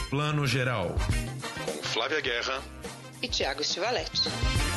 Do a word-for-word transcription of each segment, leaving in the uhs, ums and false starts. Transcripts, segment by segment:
Plano Geral, com Flávia Guerra e Thiago Stivaletti.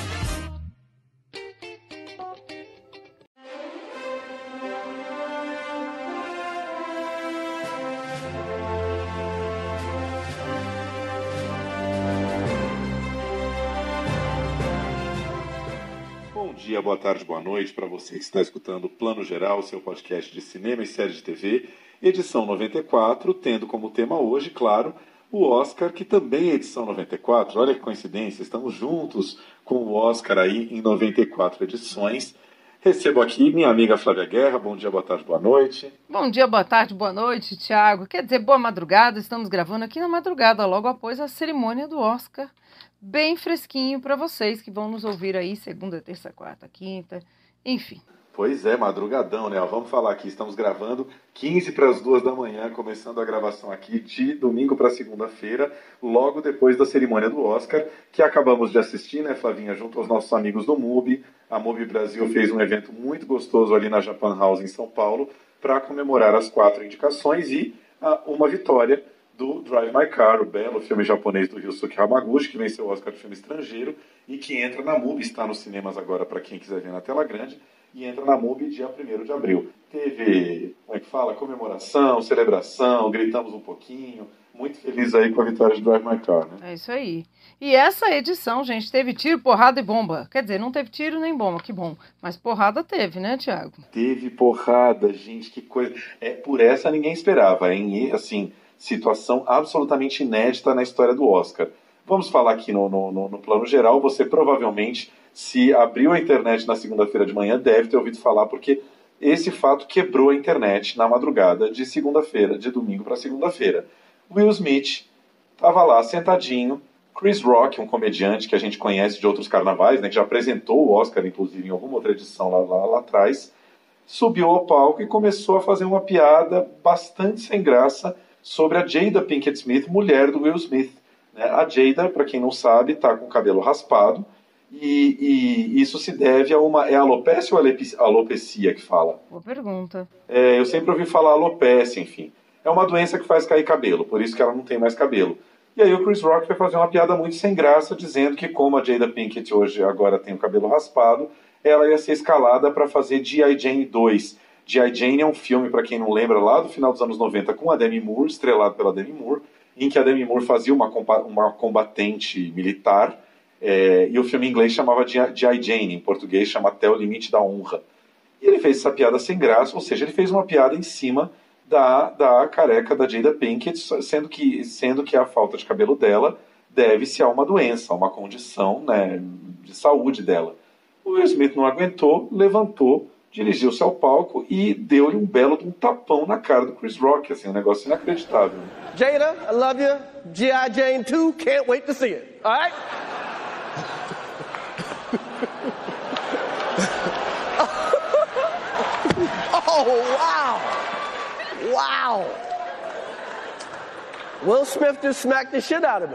Bom dia, boa tarde, boa noite para você que está escutando o Plano Geral, seu podcast de cinema e série de T V, edição noventa e quatro, tendo como tema hoje, claro, o Oscar, que também é edição noventa e quatro. Olha que coincidência, estamos juntos com o Oscar aí em noventa e quatro edições. Recebo aqui minha amiga Flávia Guerra. Bom dia, boa tarde, boa noite. Bom dia, boa tarde, boa noite, Thiago. Quer dizer, boa madrugada. Estamos gravando aqui na madrugada, logo após a cerimônia do Oscar. Bem fresquinho para vocês que vão nos ouvir aí segunda, terça, quarta, quinta, enfim. Pois é, madrugadão, né? Vamos falar aqui, estamos gravando quinze para as duas da manhã, começando a gravação aqui de domingo para segunda-feira, logo depois da cerimônia do Oscar, que acabamos de assistir, né, Flavinha, junto aos nossos amigos do MUBI. A MUBI Brasil fez um evento muito gostoso ali na Japan House, em São Paulo, para comemorar as quatro indicações e a, uma vitória do Drive My Car, o belo filme japonês do Ryusuke Hamaguchi, que venceu o Oscar de filme estrangeiro e que entra na MUBI, está nos cinemas agora para quem quiser ver na tela grande, e entra na MUBI dia primeiro de abril. Teve, como é que fala, comemoração, celebração, gritamos um pouquinho, muito feliz aí com a vitória de Drive My Car, né? É isso aí. E essa edição, gente, teve tiro, porrada e bomba. Quer dizer, não teve tiro nem bomba, que bom. Mas porrada teve, né, Thiago? Teve porrada, gente, que coisa. É, por essa ninguém esperava, hein? E, assim, situação absolutamente inédita na história do Oscar. Vamos falar aqui no, no, no plano geral. Você provavelmente, se abriu a internet na segunda-feira de manhã, deve ter ouvido falar, porque esse fato quebrou a internet na madrugada de segunda-feira, de domingo para segunda-feira. Will Smith estava lá sentadinho. Chris Rock, um comediante que a gente conhece de outros carnavais, né, que já apresentou o Oscar, inclusive, em alguma outra edição lá, lá, lá atrás, subiu ao palco e começou a fazer uma piada bastante sem graça sobre a Jada Pinkett Smith, mulher do Will Smith. Né? A Jada, para quem não sabe, está com o cabelo raspado, e, e isso se deve a uma... É alopecia ou alopecia que fala? Boa pergunta. É, eu sempre ouvi falar alopecia, enfim. É uma doença que faz cair cabelo, por isso que ela não tem mais cabelo. E aí o Chris Rock vai fazer uma piada muito sem graça, dizendo que como a Jada Pinkett hoje agora tem o cabelo raspado, ela ia ser escalada para fazer G I. Jane dois. G I. Jane é um filme, para quem não lembra, lá do final dos anos noventa, com a Demi Moore, estrelado pela Demi Moore, em que a Demi Moore fazia uma, uma combatente militar, é, e o filme em inglês chamava G I. Jane, em português chama Até o Limite da Honra. E ele fez essa piada sem graça, ou seja, ele fez uma piada em cima da, da careca da Jada Pinkett, sendo que, sendo que a falta de cabelo dela deve-se a uma doença, a uma condição, né, de saúde dela. O Will Smith não aguentou, levantou, dirigiu-se ao palco e deu-lhe um belo de um tapão na cara do Chris Rock, assim, um negócio inacreditável. Jada, I love you. G I. Jane two, can't wait to see it. All right? Oh, wow. Wow. Will Smith just smacked the shit out of me.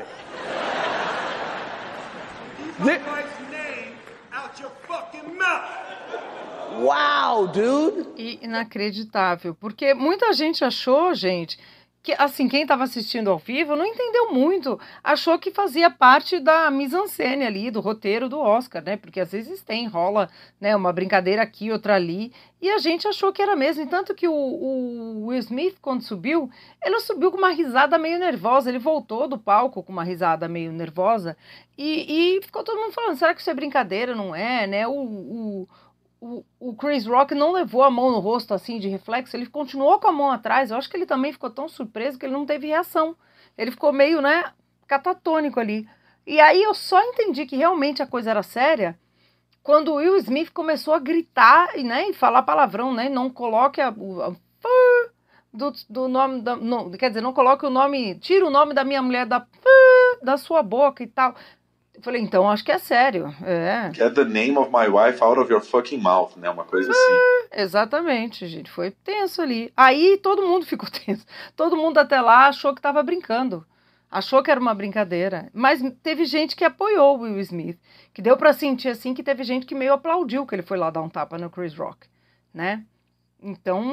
Keep my wife's name out your fucking mouth. Wow, dude. E inacreditável, porque muita gente achou, gente, que assim, quem estava assistindo ao vivo não entendeu muito, achou que fazia parte da mise-en-scène ali, do roteiro do Oscar, né, porque às vezes tem, rola, né, uma brincadeira aqui, outra ali, e a gente achou que era mesmo, e tanto que o, o Will Smith, quando subiu, ele subiu com uma risada meio nervosa, ele voltou do palco com uma risada meio nervosa, e, e ficou todo mundo falando, será que isso é brincadeira, não é, né, o... o O, o Chris Rock não levou a mão no rosto assim de reflexo, ele continuou com a mão atrás. Eu acho que ele também ficou tão surpreso que ele não teve reação. Ele ficou meio, né, catatônico ali. E aí eu só entendi que realmente a coisa era séria quando o Will Smith começou a gritar, né, e falar palavrão, né, não coloque a, a, a do, do nome, da, não, quer dizer, não coloque o nome, tira o nome da minha mulher da, da sua boca e tal. Eu falei, então, acho que é sério. É. Get the name of my wife out of your fucking mouth, né? Uma coisa assim. É, exatamente, gente. Foi tenso ali. Aí todo mundo ficou tenso. Todo mundo até lá achou que estava brincando. Achou que era uma brincadeira. Mas teve gente que apoiou o Will Smith. Que deu pra sentir, assim, que teve gente que meio aplaudiu que ele foi lá dar um tapa no Chris Rock, né? Então,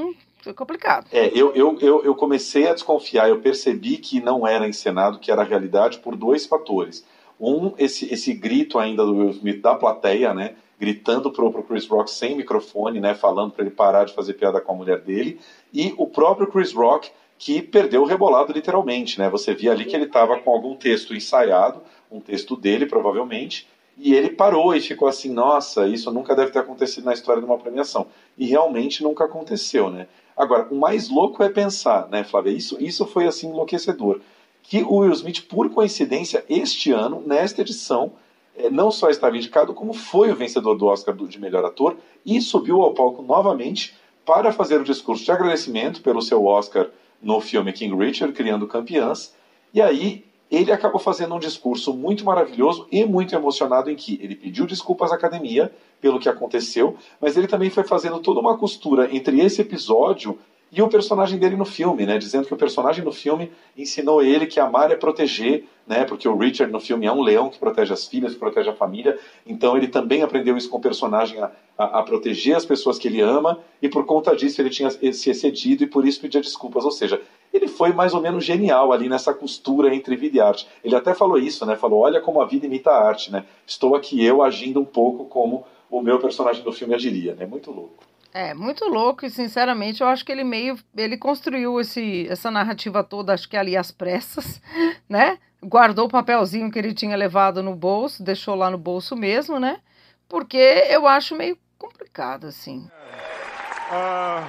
foi complicado. É, eu, eu, eu, eu comecei a desconfiar, eu percebi que não era encenado, que era realidade, por dois fatores. Um, esse, esse grito ainda do Will Smith da plateia, né, gritando pro, pro Chris Rock sem microfone, né, falando para ele parar de fazer piada com a mulher dele, e o próprio Chris Rock, que perdeu o rebolado literalmente, né, você via ali que ele estava com algum texto ensaiado, um texto dele provavelmente, e ele parou e ficou assim, nossa, isso nunca deve ter acontecido na história de uma premiação, e realmente nunca aconteceu, né. Agora, o mais louco é pensar, né, Flávia, isso, isso foi assim enlouquecedor, que o Will Smith, por coincidência, este ano, nesta edição, não só estava indicado, como foi o vencedor do Oscar de melhor ator e subiu ao palco novamente para fazer o discurso de agradecimento pelo seu Oscar no filme King Richard, Criando Campeãs, e aí ele acabou fazendo um discurso muito maravilhoso e muito emocionado em que ele pediu desculpas à academia pelo que aconteceu, mas ele também foi fazendo toda uma costura entre esse episódio e o personagem dele no filme, né, dizendo que o personagem no filme ensinou ele que amar é proteger, né, porque o Richard no filme é um leão que protege as filhas, que protege a família, então ele também aprendeu isso com o personagem, a, a, a proteger as pessoas que ele ama, e por conta disso ele tinha se excedido e por isso pedia desculpas, ou seja, ele foi mais ou menos genial ali nessa costura entre vida e arte. Ele até falou isso, né, falou, olha como a vida imita a arte, né, estou aqui eu agindo um pouco como o meu personagem do filme agiria, né, muito louco. É, muito louco e, sinceramente, eu acho que ele meio, ele construiu esse, essa narrativa toda, acho que ali às pressas, né? Guardou o papelzinho que ele tinha levado no bolso, deixou lá no bolso mesmo, né? Porque eu acho meio complicado, assim. Uh,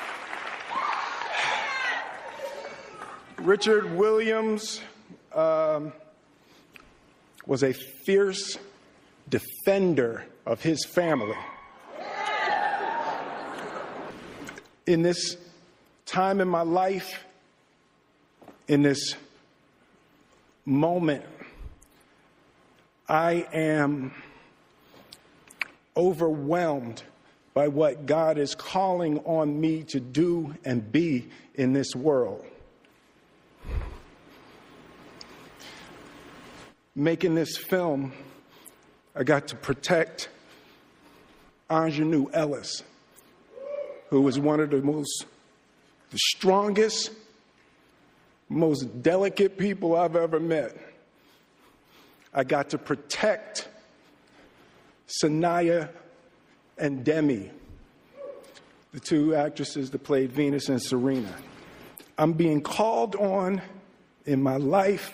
Richard Williams um, was a fierce defender of his family. In this time in my life, in this moment, I am overwhelmed by what God is calling on me to do and be in this world. Making this film, I got to protect Ingenue Ellis, who was one of the most, the strongest, most delicate people I've ever met. I got to protect Sanaya and Demi, the two actresses that played Venus and Serena. I'm being called on in my life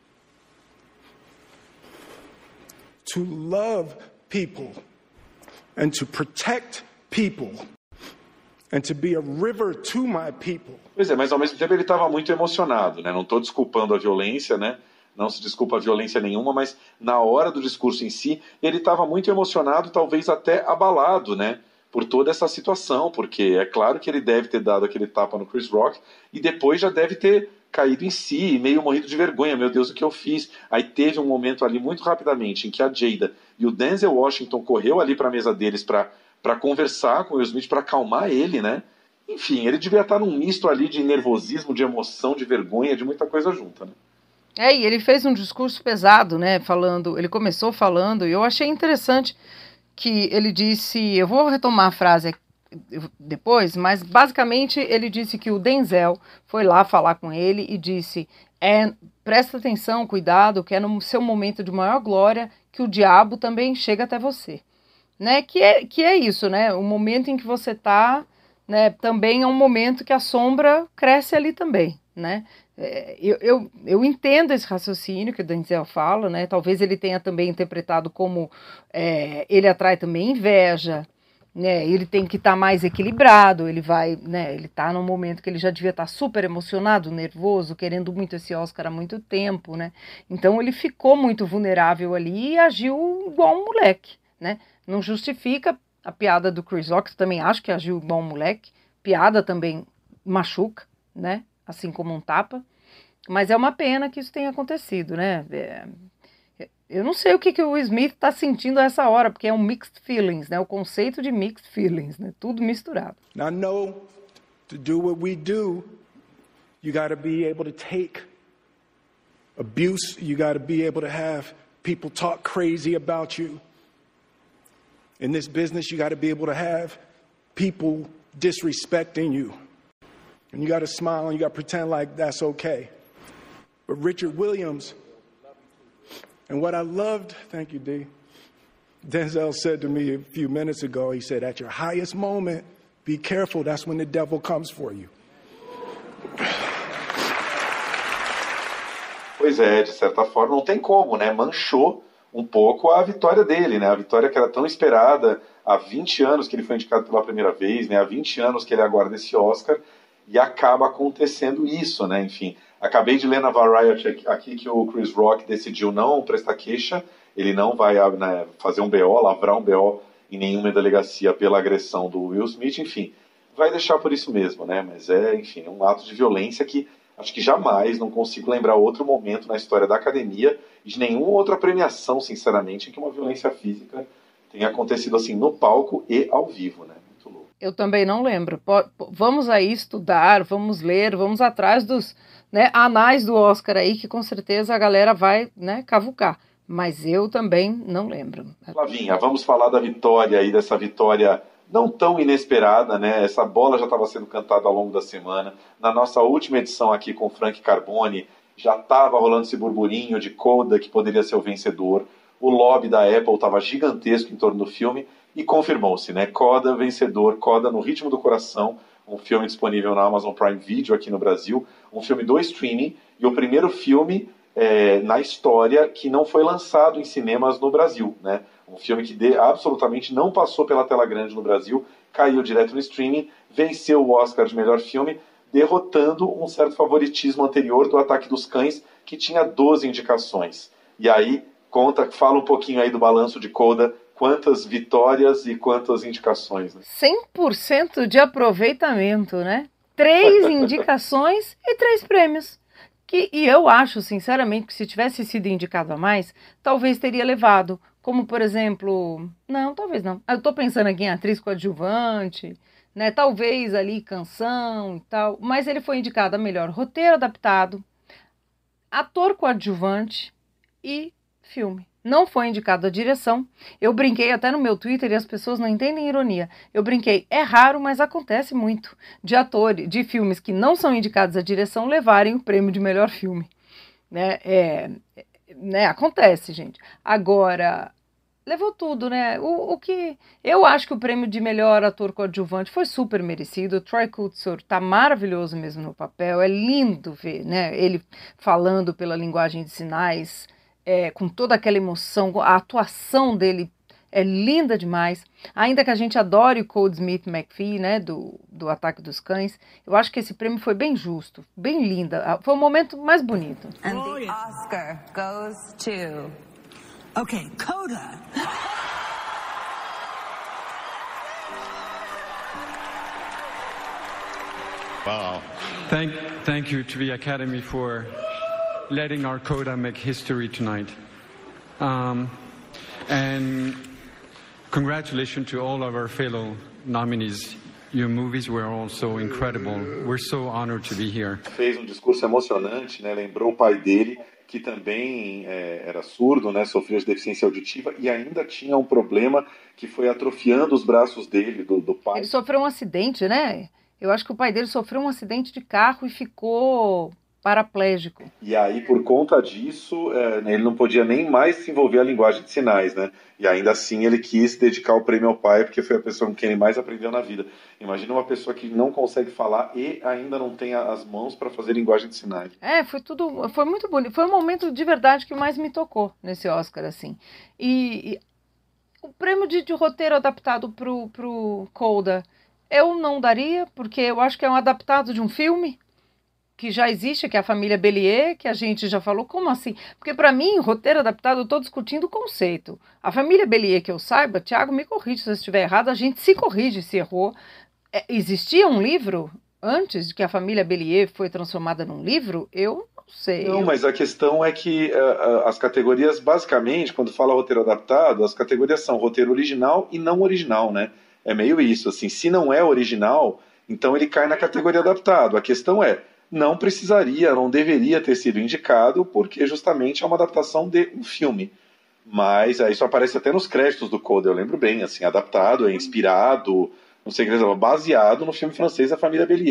to love people and to protect people. And to be a river to my people. Pois é, mas ao mesmo tempo ele estava muito emocionado, né? Não estou desculpando a violência, né? Não se desculpa a violência nenhuma, mas na hora do discurso em si, ele estava muito emocionado, talvez até abalado, né? Por toda essa situação, porque é claro que ele deve ter dado aquele tapa no Chris Rock e depois já deve ter caído em si, meio morrido de vergonha, meu Deus, o que eu fiz? Aí teve um momento ali, muito rapidamente, em que a Jada e o Denzel Washington correu ali para a mesa deles para para conversar com o Will Smith, para acalmar ele, né? Enfim, ele devia estar num misto ali de nervosismo, de emoção, de vergonha, de muita coisa junta, né? É, e ele fez um discurso pesado, né? Falando, ele começou falando, e eu achei interessante que ele disse, eu vou retomar a frase depois, mas basicamente ele disse que o Denzel foi lá falar com ele e disse, é, presta atenção, cuidado, que é no seu momento de maior glória que o diabo também chega até você. Né, que, é, que é isso, né? O momento em que você está, né, também é um momento que a sombra cresce ali também, né? É, eu, eu, eu entendo esse raciocínio que o Denzel fala, né? Talvez ele tenha também interpretado como é, ele atrai também inveja, né? Ele tem que estar tá mais equilibrado, ele vai, né? Ele está num momento que ele já devia estar tá super emocionado, nervoso, querendo muito esse Oscar há muito tempo, né? Então ele ficou muito vulnerável ali e agiu igual um moleque, né? Não justifica a piada do Chris Rock, também acho que agiu igual um moleque. Piada também machuca, né? Assim como um tapa. Mas é uma pena que isso tenha acontecido, né? É... Eu não sei o que, que o Will Smith está sentindo a essa hora, porque é um mixed feelings, né? O conceito de mixed feelings, né? Tudo misturado. Now, know, to do what we do, you got to be able to take abuse. You got to be able to have people talk crazy about you. In this business, you got to be able to have people disrespecting you. And you got to smile and you got to pretend like that's okay. But Richard Williams, and what I loved, thank you, D. Denzel said to me a few minutes ago, he said, at your highest moment, be careful, that's when the devil comes for you. Pois é, de certa forma não tem como, né? Manchou um pouco a vitória dele, né? A vitória que era tão esperada há vinte anos que ele foi indicado pela primeira vez, né? Há vinte anos que ele aguarda esse Oscar e acaba acontecendo isso, né? Enfim, acabei de ler na Variety aqui que o Chris Rock decidiu não prestar queixa, ele não vai, né, fazer um B O, lavrar um B O em nenhuma delegacia pela agressão do Will Smith, enfim, vai deixar por isso mesmo, né? Mas é, enfim, um ato de violência que acho que jamais, não consigo lembrar outro momento na história da academia e de nenhuma outra premiação, sinceramente, em que uma violência física tenha acontecido assim no palco e ao vivo, né? Muito louco. Eu também não lembro. Vamos aí estudar, vamos ler, vamos atrás dos, né, anais do Oscar aí, que com certeza a galera vai, né, cavucar. Mas eu também não lembro. Flavinha, vamos falar da vitória aí, dessa vitória não tão inesperada, né? Essa bola já estava sendo cantada ao longo da semana. Na nossa última edição aqui com o Frank Carbone, já estava rolando esse burburinho de Coda que poderia ser o vencedor. O lobby da Apple estava gigantesco em torno do filme e confirmou-se, né? Coda vencedor, Coda no Ritmo do Coração, um filme disponível na Amazon Prime Video aqui no Brasil, um filme do streaming e o primeiro filme é, na história que não foi lançado em cinemas no Brasil, né? Um filme que de, absolutamente não passou pela tela grande no Brasil, caiu direto no streaming, venceu o Oscar de melhor filme, derrotando um certo favoritismo anterior do Ataque dos Cães, que tinha doze indicações. E aí, conta, fala um pouquinho aí do balanço de Coda, quantas vitórias e quantas indicações. Né? cem por cento de aproveitamento, né? Três indicações e três prêmios. Que, e eu acho, sinceramente, que se tivesse sido indicado a mais, talvez teria levado. Como, por exemplo... Não, talvez não. Eu tô pensando aqui em atriz coadjuvante, né? Talvez ali canção e tal. Mas ele foi indicado a melhor roteiro adaptado, ator coadjuvante e filme. Não foi indicado a direção. Eu brinquei até no meu Twitter e as pessoas não entendem ironia. Eu brinquei, é raro, mas acontece muito de atores, de filmes que não são indicados à direção levarem o prêmio de melhor filme. Né? É, né? Acontece, gente. Agora, levou tudo, né? O, o que eu acho que o prêmio de melhor ator coadjuvante foi super merecido. O Troy Kotsur tá maravilhoso mesmo no papel. É lindo ver, né? Ele falando pela linguagem de sinais. É, com toda aquela emoção, a atuação dele é linda demais. Ainda que a gente adore o Code Smith McPhee, né, do, do Ataque dos Cães, eu acho que esse prêmio foi bem justo, bem linda. Foi o momento mais bonito. And the Oscar goes to... Okay, Coda. Wow. Thank, thank you to the Academy for letting our Coda make history tonight. Um, and congratulations to all of our fellow nominees. Your movies were also incredible. We're so honored to be here. Fez um discurso emocionante, né? Lembrou o pai dele, que também é, era surdo, né? Sofreu de deficiência auditiva e ainda tinha um problema que foi atrofiando os braços dele, do, do pai. Ele sofreu um acidente, né? Eu acho que o pai dele sofreu um acidente de carro e ficou... paraplégico. E aí, por conta disso, é, ele não podia nem mais se envolver a linguagem de sinais, né? E ainda assim ele quis dedicar o prêmio ao pai, porque foi a pessoa com quem ele mais aprendeu na vida. Imagina uma pessoa que não consegue falar e ainda não tem as mãos para fazer linguagem de sinais. É, foi tudo, foi muito bonito. Foi um momento de verdade que mais me tocou nesse Oscar, assim. E, e o prêmio de, de roteiro adaptado pro, pro Coda, eu não daria, porque eu acho que é um adaptado de um filme que já existe, que é a família Bélier, que a gente já falou, como assim? Porque para mim, roteiro adaptado, eu estou discutindo o conceito. A família Bélier, que eu saiba, Thiago, me corrige se eu estiver errado, a gente se corrige se errou. É, existia um livro antes de que a família Bélier foi transformada num livro? Eu não sei. Não, mas a questão é que uh, as categorias, basicamente, quando fala roteiro adaptado, as categorias são roteiro original e não original, né? É meio isso, assim, se não é original, então ele cai na categoria adaptado. A questão é, não precisaria, não deveria ter sido indicado, porque justamente é uma adaptação de um filme. Mas aí isso aparece até nos créditos do Coda, eu lembro bem, assim, adaptado, é inspirado, não sei o que, baseado no filme francês A Família Bélier.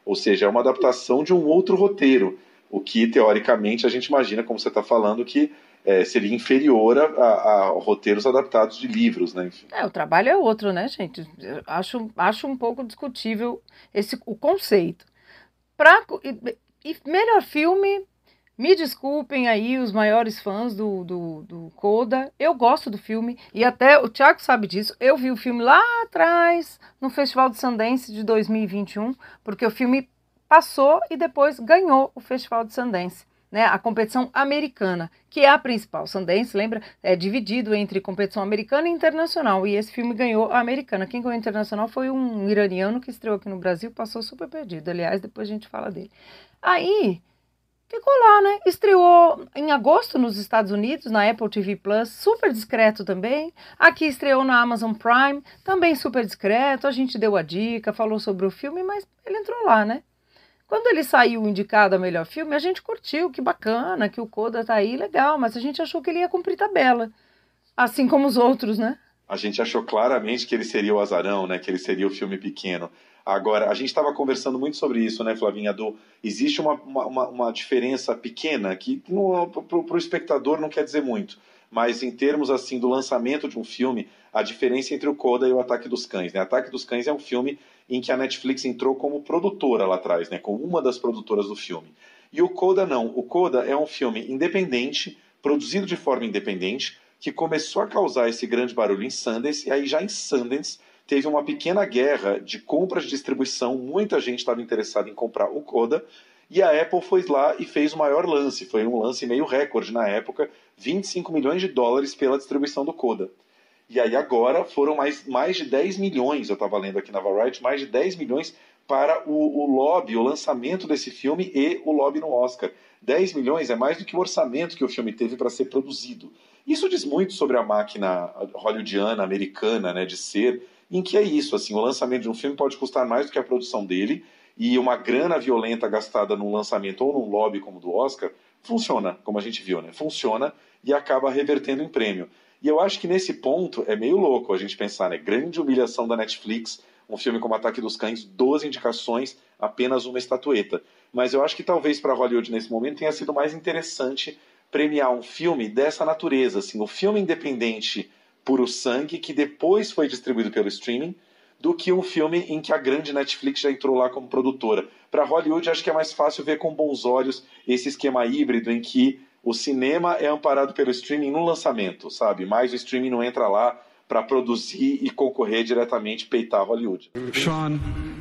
Ou seja, é uma adaptação de um outro roteiro, o que, teoricamente, a gente imagina, como você está falando, que é, seria inferior a, a, a roteiros adaptados de livros, né? Enfim. É, o trabalho é outro, né, gente? Eu acho, acho um pouco discutível esse, o conceito. Pra, e, e melhor filme, me desculpem aí os maiores fãs do, do, do Coda, eu gosto do filme, e até o Thiago sabe disso, eu vi o filme lá atrás, no Festival de Sundance de dois mil e vinte e um, porque o filme passou e depois ganhou o Festival de Sundance, né, a competição americana, que é a principal. Sundance, lembra, é dividido entre competição americana e internacional, e esse filme ganhou a americana. Quem ganhou a internacional foi um iraniano que estreou aqui no Brasil, passou super perdido, aliás, depois a gente fala dele. Aí... ficou lá, né? Estreou em agosto nos Estados Unidos, na Apple T V Plus, super discreto também. Aqui estreou na Amazon Prime, também super discreto. A gente deu a dica, falou sobre o filme, mas ele entrou lá, né? Quando ele saiu indicado a melhor filme, a gente curtiu, que bacana, que o Coda tá aí, legal, mas a gente achou que ele ia cumprir tabela, assim como os outros, né? A gente achou claramente que ele seria o azarão, né? Que ele seria o filme pequeno. Agora, a gente estava conversando muito sobre isso, né, Flavinha? Do, existe uma, uma, uma diferença pequena que para o espectador não quer dizer muito, mas em termos assim do lançamento de um filme, a diferença entre o Coda e o Ataque dos Cães, né? Ataque dos Cães é um filme em que a Netflix entrou como produtora lá atrás, né? Como uma das produtoras do filme. E o Coda não. O Coda é um filme independente, produzido de forma independente, que começou a causar esse grande barulho em Sundance, e aí já em Sundance teve uma pequena guerra de compras de distribuição, muita gente estava interessada em comprar o Coda, e a Apple foi lá e fez o maior lance, foi um lance meio recorde na época, vinte e cinco milhões de dólares pela distribuição do Coda. E aí agora foram mais, mais de dez milhões, eu estava lendo aqui na Variety, mais de dez milhões para o, o lobby, o lançamento desse filme e o lobby no Oscar. dez milhões é mais do que o orçamento que o filme teve para ser produzido. Isso diz muito sobre a máquina hollywoodiana, americana, né, de ser, em que é isso, assim, o lançamento de um filme pode custar mais do que a produção dele, e uma grana violenta gastada num lançamento ou num lobby como o do Oscar, funciona, como a gente viu, né? Funciona e acaba revertendo em prêmio. E eu acho que nesse ponto é meio louco a gente pensar, né? Grande humilhação da Netflix, um filme como Ataque dos Cães, doze indicações, apenas uma estatueta. Mas eu acho que talvez para Hollywood nesse momento tenha sido mais interessante premiar um filme dessa natureza, assim, o filme independente puro sangue, que depois foi distribuído pelo streaming, do que um filme em que a grande Netflix já entrou lá como produtora. Para Hollywood, acho que é mais fácil ver com bons olhos esse esquema híbrido em que o cinema é amparado pelo streaming no lançamento, sabe? Mas o streaming não entra lá para produzir e concorrer diretamente, peitar Hollywood. Sean,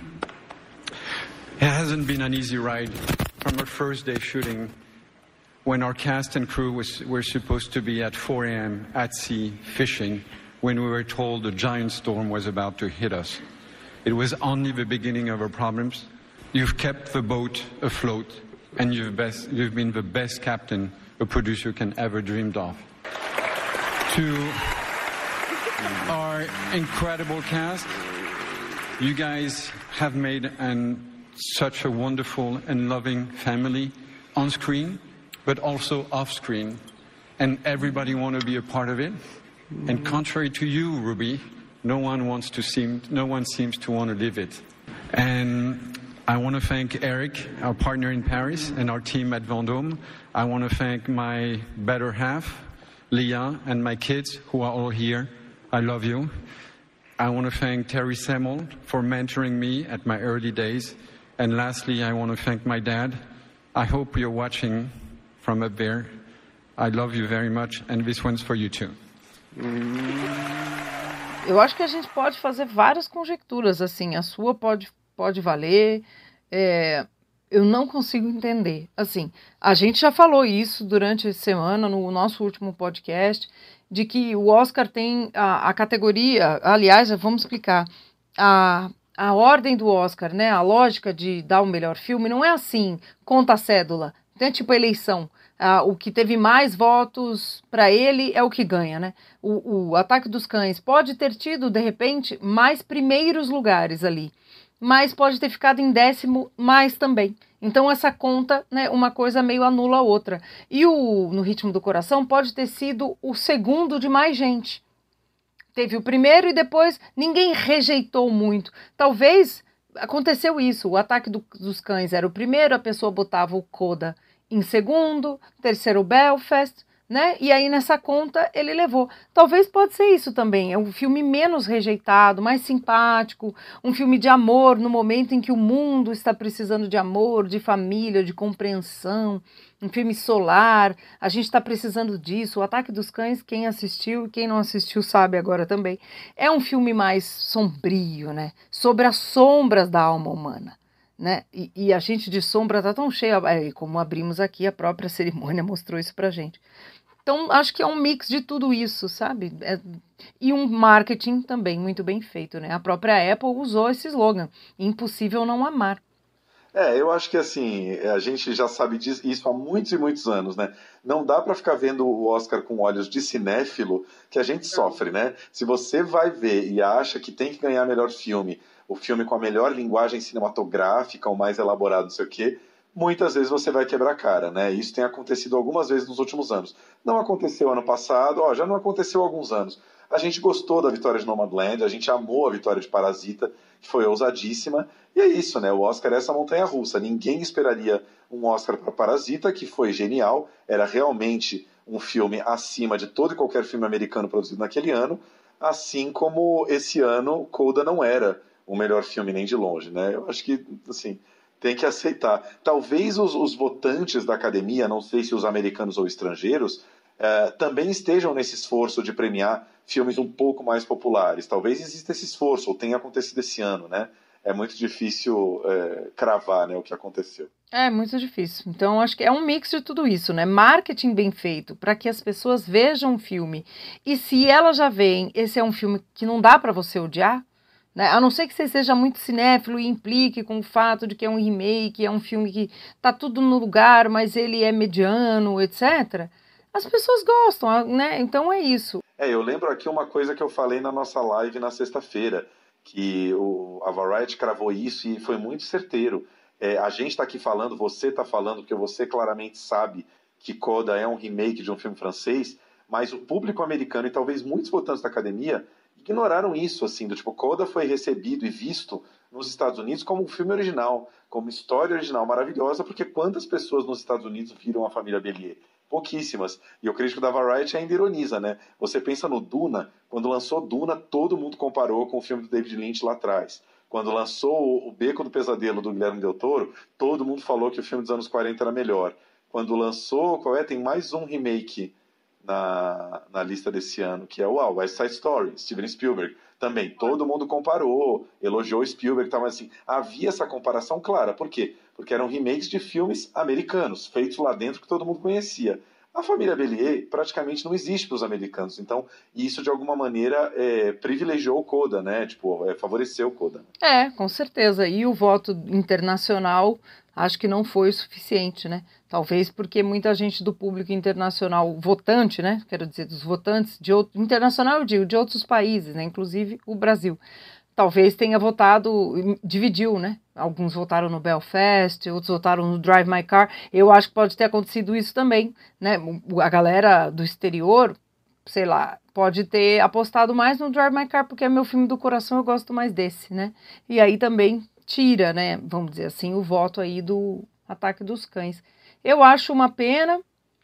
it hasn't been an easy ride from our first day shooting, when our cast and crew was, were supposed to be at four a.m. at sea fishing, when we were told a giant storm was about to hit us. It was only the beginning of our problems. You've kept the boat afloat, and you've, best, you've been the best captain a producer can ever dreamed of. To our incredible cast, you guys have made an, such a wonderful and loving family on screen, but also off screen, and everybody wants to be a part of it. And contrary to you, Ruby, no one wants to seem, no one seems to want to live it. And I want to thank Eric, our partner in Paris, and our team at Vendôme. I want to thank my better half, Leah, and my kids who are all here. I love you. I want to thank Terry Semmel for mentoring me at my early days. And lastly, I want to thank my dad. I hope you're watching from up there. I love you very much, and this one's for you too. Eu acho que a gente pode fazer várias conjecturas, assim, a sua pode, pode valer, é, eu não consigo entender, assim, a gente já falou isso durante a semana no nosso último podcast, de que o Oscar tem a, a categoria, aliás, já vamos explicar, a, a ordem do Oscar, né, a lógica de dar o melhor filme não é assim, conta a cédula, não é tipo eleição. Ah, o que teve mais votos para ele é o que ganha, né? O, o Ataque dos Cães pode ter tido, de repente, mais primeiros lugares ali, mas pode ter ficado em décimo mais também. Então essa conta, né, uma coisa meio anula a outra. E o No Ritmo do Coração pode ter sido o segundo de mais gente. Teve o primeiro e depois ninguém rejeitou muito. Talvez aconteceu isso, o Ataque do, dos Cães era o primeiro, a pessoa botava o Coda em segundo, terceiro Belfast, né? E aí nessa conta ele levou. Talvez pode ser isso também, é um filme menos rejeitado, mais simpático, um filme de amor no momento em que o mundo está precisando de amor, de família, de compreensão, um filme solar, a gente está precisando disso. O Ataque dos Cães, quem assistiu e quem não assistiu sabe agora também, é um filme mais sombrio, né? Sobre as sombras da alma humana. Né? E, e a gente de sombra tá tão cheia, é, como abrimos aqui, a própria cerimônia mostrou isso pra gente. Então, acho que é um mix de tudo isso, sabe? É, e um marketing também muito bem feito, né? A própria Apple usou esse slogan, impossível não amar. É, eu acho que assim, a gente já sabe disso há muitos e muitos anos, né? Não dá para ficar vendo o Oscar com olhos de cinéfilo que a gente sofre, né? Se você vai ver e acha que tem que ganhar melhor filme, o filme com a melhor linguagem cinematográfica, o mais elaborado, não sei o quê, muitas vezes você vai quebrar a cara, né? Isso tem acontecido algumas vezes nos últimos anos. Não aconteceu ano passado, ó, já não aconteceu há alguns anos. A gente gostou da vitória de Nomadland, a gente amou a vitória de Parasita, que foi ousadíssima, e é isso, né? O Oscar é essa montanha-russa. Ninguém esperaria um Oscar para Parasita, que foi genial, era realmente um filme acima de todo e qualquer filme americano produzido naquele ano, assim como esse ano Coda não era o melhor filme nem de longe, né? Eu acho que, assim, tem que aceitar. Talvez os, os votantes da academia, não sei se os americanos ou estrangeiros, eh, também estejam nesse esforço de premiar filmes um pouco mais populares. Talvez exista esse esforço, ou tenha acontecido esse ano, né? É muito difícil é, cravar, né, o que aconteceu. É muito difícil. Então, acho que é um mix de tudo isso, né? Marketing bem feito, para que as pessoas vejam o filme. E se elas já veem, esse é um filme que não dá para você odiar, né? A não ser que você seja muito cinéfilo e implique com o fato de que é um remake, é um filme que tá tudo no lugar, mas ele é mediano, etcétera. As pessoas gostam, né? Então é isso. É, eu lembro aqui uma coisa que eu falei na nossa live na sexta-feira, que o, a Variety cravou isso e foi muito certeiro. É, a gente está aqui falando, você está falando, porque você claramente sabe que Coda é um remake de um filme francês, mas o público americano e talvez muitos votantes da academia ignoraram isso, assim, do tipo, Coda foi recebido e visto nos Estados Unidos como um filme original, como história original maravilhosa, porque quantas pessoas nos Estados Unidos viram a família Bélier? Pouquíssimas. E o crítico da Variety ainda ironiza, né? Você pensa no Duna, quando lançou Duna, todo mundo comparou com o filme do David Lynch lá atrás. Quando lançou O Beco do Pesadelo, do Guilherme Del Toro, todo mundo falou que o filme dos anos quarenta era melhor. Quando lançou, qual é? Tem mais um remake na, na lista desse ano, que é o West Side Story, Steven Spielberg. Também, todo mundo comparou, elogiou Spielberg, tá, mas assim, havia essa comparação clara. Por quê? Porque eram remakes de filmes americanos, feitos lá dentro que todo mundo conhecia. A família Bélier praticamente não existe para os americanos, então isso de alguma maneira é, privilegiou o Coda, né? Tipo, é, favoreceu o Coda. É, com certeza. E o voto internacional acho que não foi o suficiente, né? Talvez porque muita gente do público internacional, votante, né? Quero dizer, dos votantes de outro, internacional, eu digo, de outros países, né? Inclusive o Brasil. Talvez tenha votado, dividiu, né? Alguns votaram no Belfast, outros votaram no Drive My Car. Eu acho que pode ter acontecido isso também, né? A galera do exterior, sei lá, pode ter apostado mais no Drive My Car, porque é meu filme do coração, eu gosto mais desse, né? E aí também tira, né? Vamos dizer assim, o voto aí do Ataque dos Cães. Eu acho uma pena,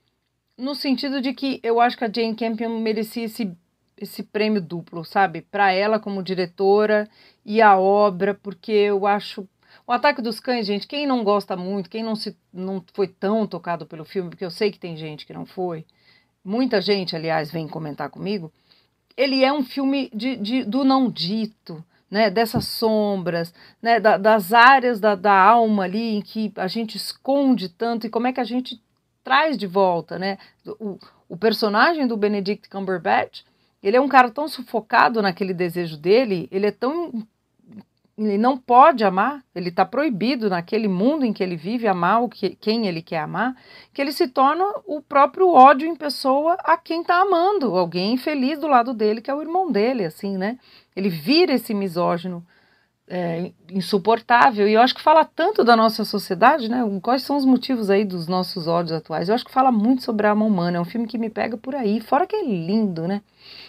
no sentido de que eu acho que a Jane Campion merecia esse esse prêmio duplo, sabe? Para ela como diretora e a obra, porque eu acho... O Ataque dos Cães, gente, quem não gosta muito, quem não, se, não foi tão tocado pelo filme, porque eu sei que tem gente que não foi, muita gente, aliás, vem comentar comigo, ele é um filme de, de, do não dito, né? Dessas sombras, né? Da, das áreas da, da alma ali em que a gente esconde tanto e como é que a gente traz de volta, né? O, o personagem do Benedict Cumberbatch, ele é um cara tão sufocado naquele desejo dele, ele é tão... Ele não pode amar, ele está proibido naquele mundo em que ele vive amar o que, quem ele quer amar, que ele se torna o próprio ódio em pessoa a quem está amando, alguém infeliz do lado dele, que é o irmão dele, assim, né? Ele vira esse misógino é, insuportável, e eu acho que fala tanto da nossa sociedade, né? Quais são os motivos aí dos nossos ódios atuais? Eu acho que fala muito sobre a alma humana, é um filme que me pega por aí, fora que é lindo, né?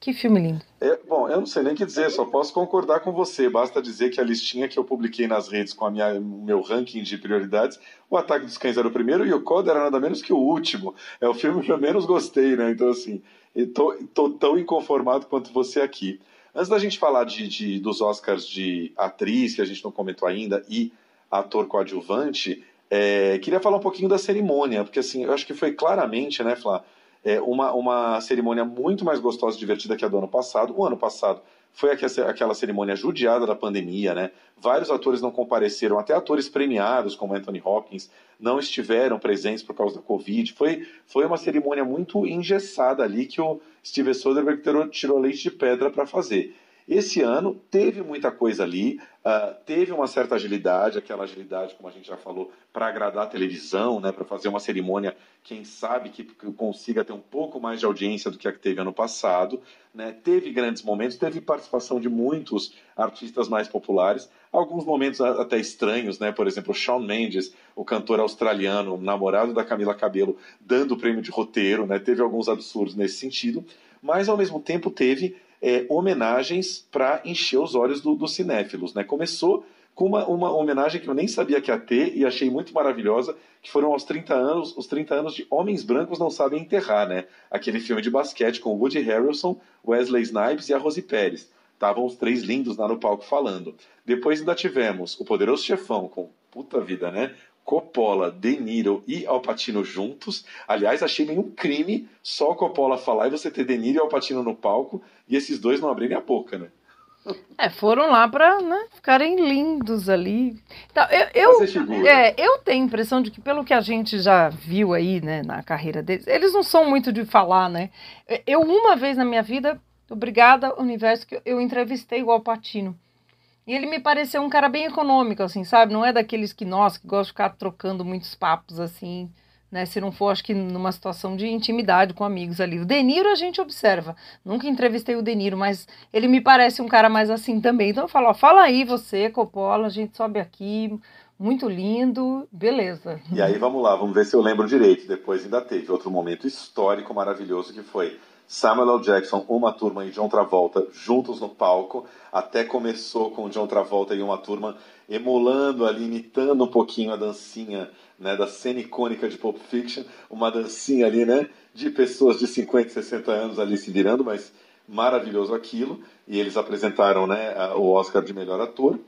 Que filme lindo. É, bom, eu não sei nem o que dizer, só posso concordar com você. Basta dizer que a listinha que eu publiquei nas redes com a minha, o meu ranking de prioridades, O Ataque dos Cães era o primeiro e o Coda era nada menos que o último. É o filme que eu menos gostei, né? Então, assim, eu tô, tô tão inconformado quanto você aqui. Antes da gente falar de, de, dos Oscars de atriz, que a gente não comentou ainda, e ator coadjuvante, é, queria falar um pouquinho da cerimônia, porque assim, eu acho que foi claramente, né, Flá, é, uma, uma cerimônia muito mais gostosa e divertida que a do ano passado. O ano passado foi aquela cerimônia judiada da pandemia, né? Vários atores não compareceram, até atores premiados, como Anthony Hopkins, não estiveram presentes por causa da Covid. Foi, foi uma cerimônia muito engessada ali que o Steven Soderbergh tirou, tirou leite de pedra para fazer. Esse ano teve muita coisa ali, uh, teve uma certa agilidade, aquela agilidade, como a gente já falou, para agradar a televisão, né, para fazer uma cerimônia, quem sabe que consiga ter um pouco mais de audiência do que a que teve ano passado. Né? Teve grandes momentos, teve participação de muitos artistas mais populares, alguns momentos até estranhos, né? Por exemplo, Shawn Mendes, o cantor australiano, namorado da Camila Cabello, dando o prêmio de roteiro, né? Teve alguns absurdos nesse sentido, mas ao mesmo tempo teve É, homenagens para encher os olhos dos do cinéfilos. Né? Começou com uma, uma homenagem que eu nem sabia que ia ter e achei muito maravilhosa, que foram aos trinta anos, os trinta anos de Homens Brancos Não Sabem Enterrar, né? Aquele filme de basquete com Woody Harrelson, Wesley Snipes e a Rosie Perez. Estavam os três lindos lá no palco falando. Depois ainda tivemos O Poderoso Chefão, com puta vida, né? Coppola, De Niro e Al Pacino juntos. Aliás, achei meio um crime só o Coppola falar e você ter De Niro e Al Pacino no palco e esses dois não abrirem a boca, né? É, foram lá para, né, ficarem lindos ali. Então, eu, eu, é, eu tenho a impressão de que, pelo que a gente já viu aí, né, na carreira deles, eles não são muito de falar, né? Eu, uma vez na minha vida, obrigada, universo, que eu entrevistei o Al Pacino. E ele me pareceu um cara bem econômico, assim, sabe? Não é daqueles que, nossa, que gostam de ficar trocando muitos papos, assim, né? Se não for, acho que numa situação de intimidade com amigos ali. O De Niro a gente observa. Nunca entrevistei o De Niro, mas ele me parece um cara mais assim também. Então eu falo, ó, fala aí você, Coppola, a gente sobe aqui, muito lindo, beleza. E aí vamos lá, vamos ver se eu lembro direito. Depois ainda teve outro momento histórico maravilhoso que foi Samuel L. Jackson, Uma Turma e John Travolta juntos no palco. Até começou com John Travolta e Uma Turma emulando ali, imitando um pouquinho a dancinha, né, da cena icônica de Pulp Fiction. Uma dancinha ali, né, de pessoas de cinquenta, sessenta anos ali se virando, mas maravilhoso aquilo. E eles apresentaram, né, o Oscar de melhor ator.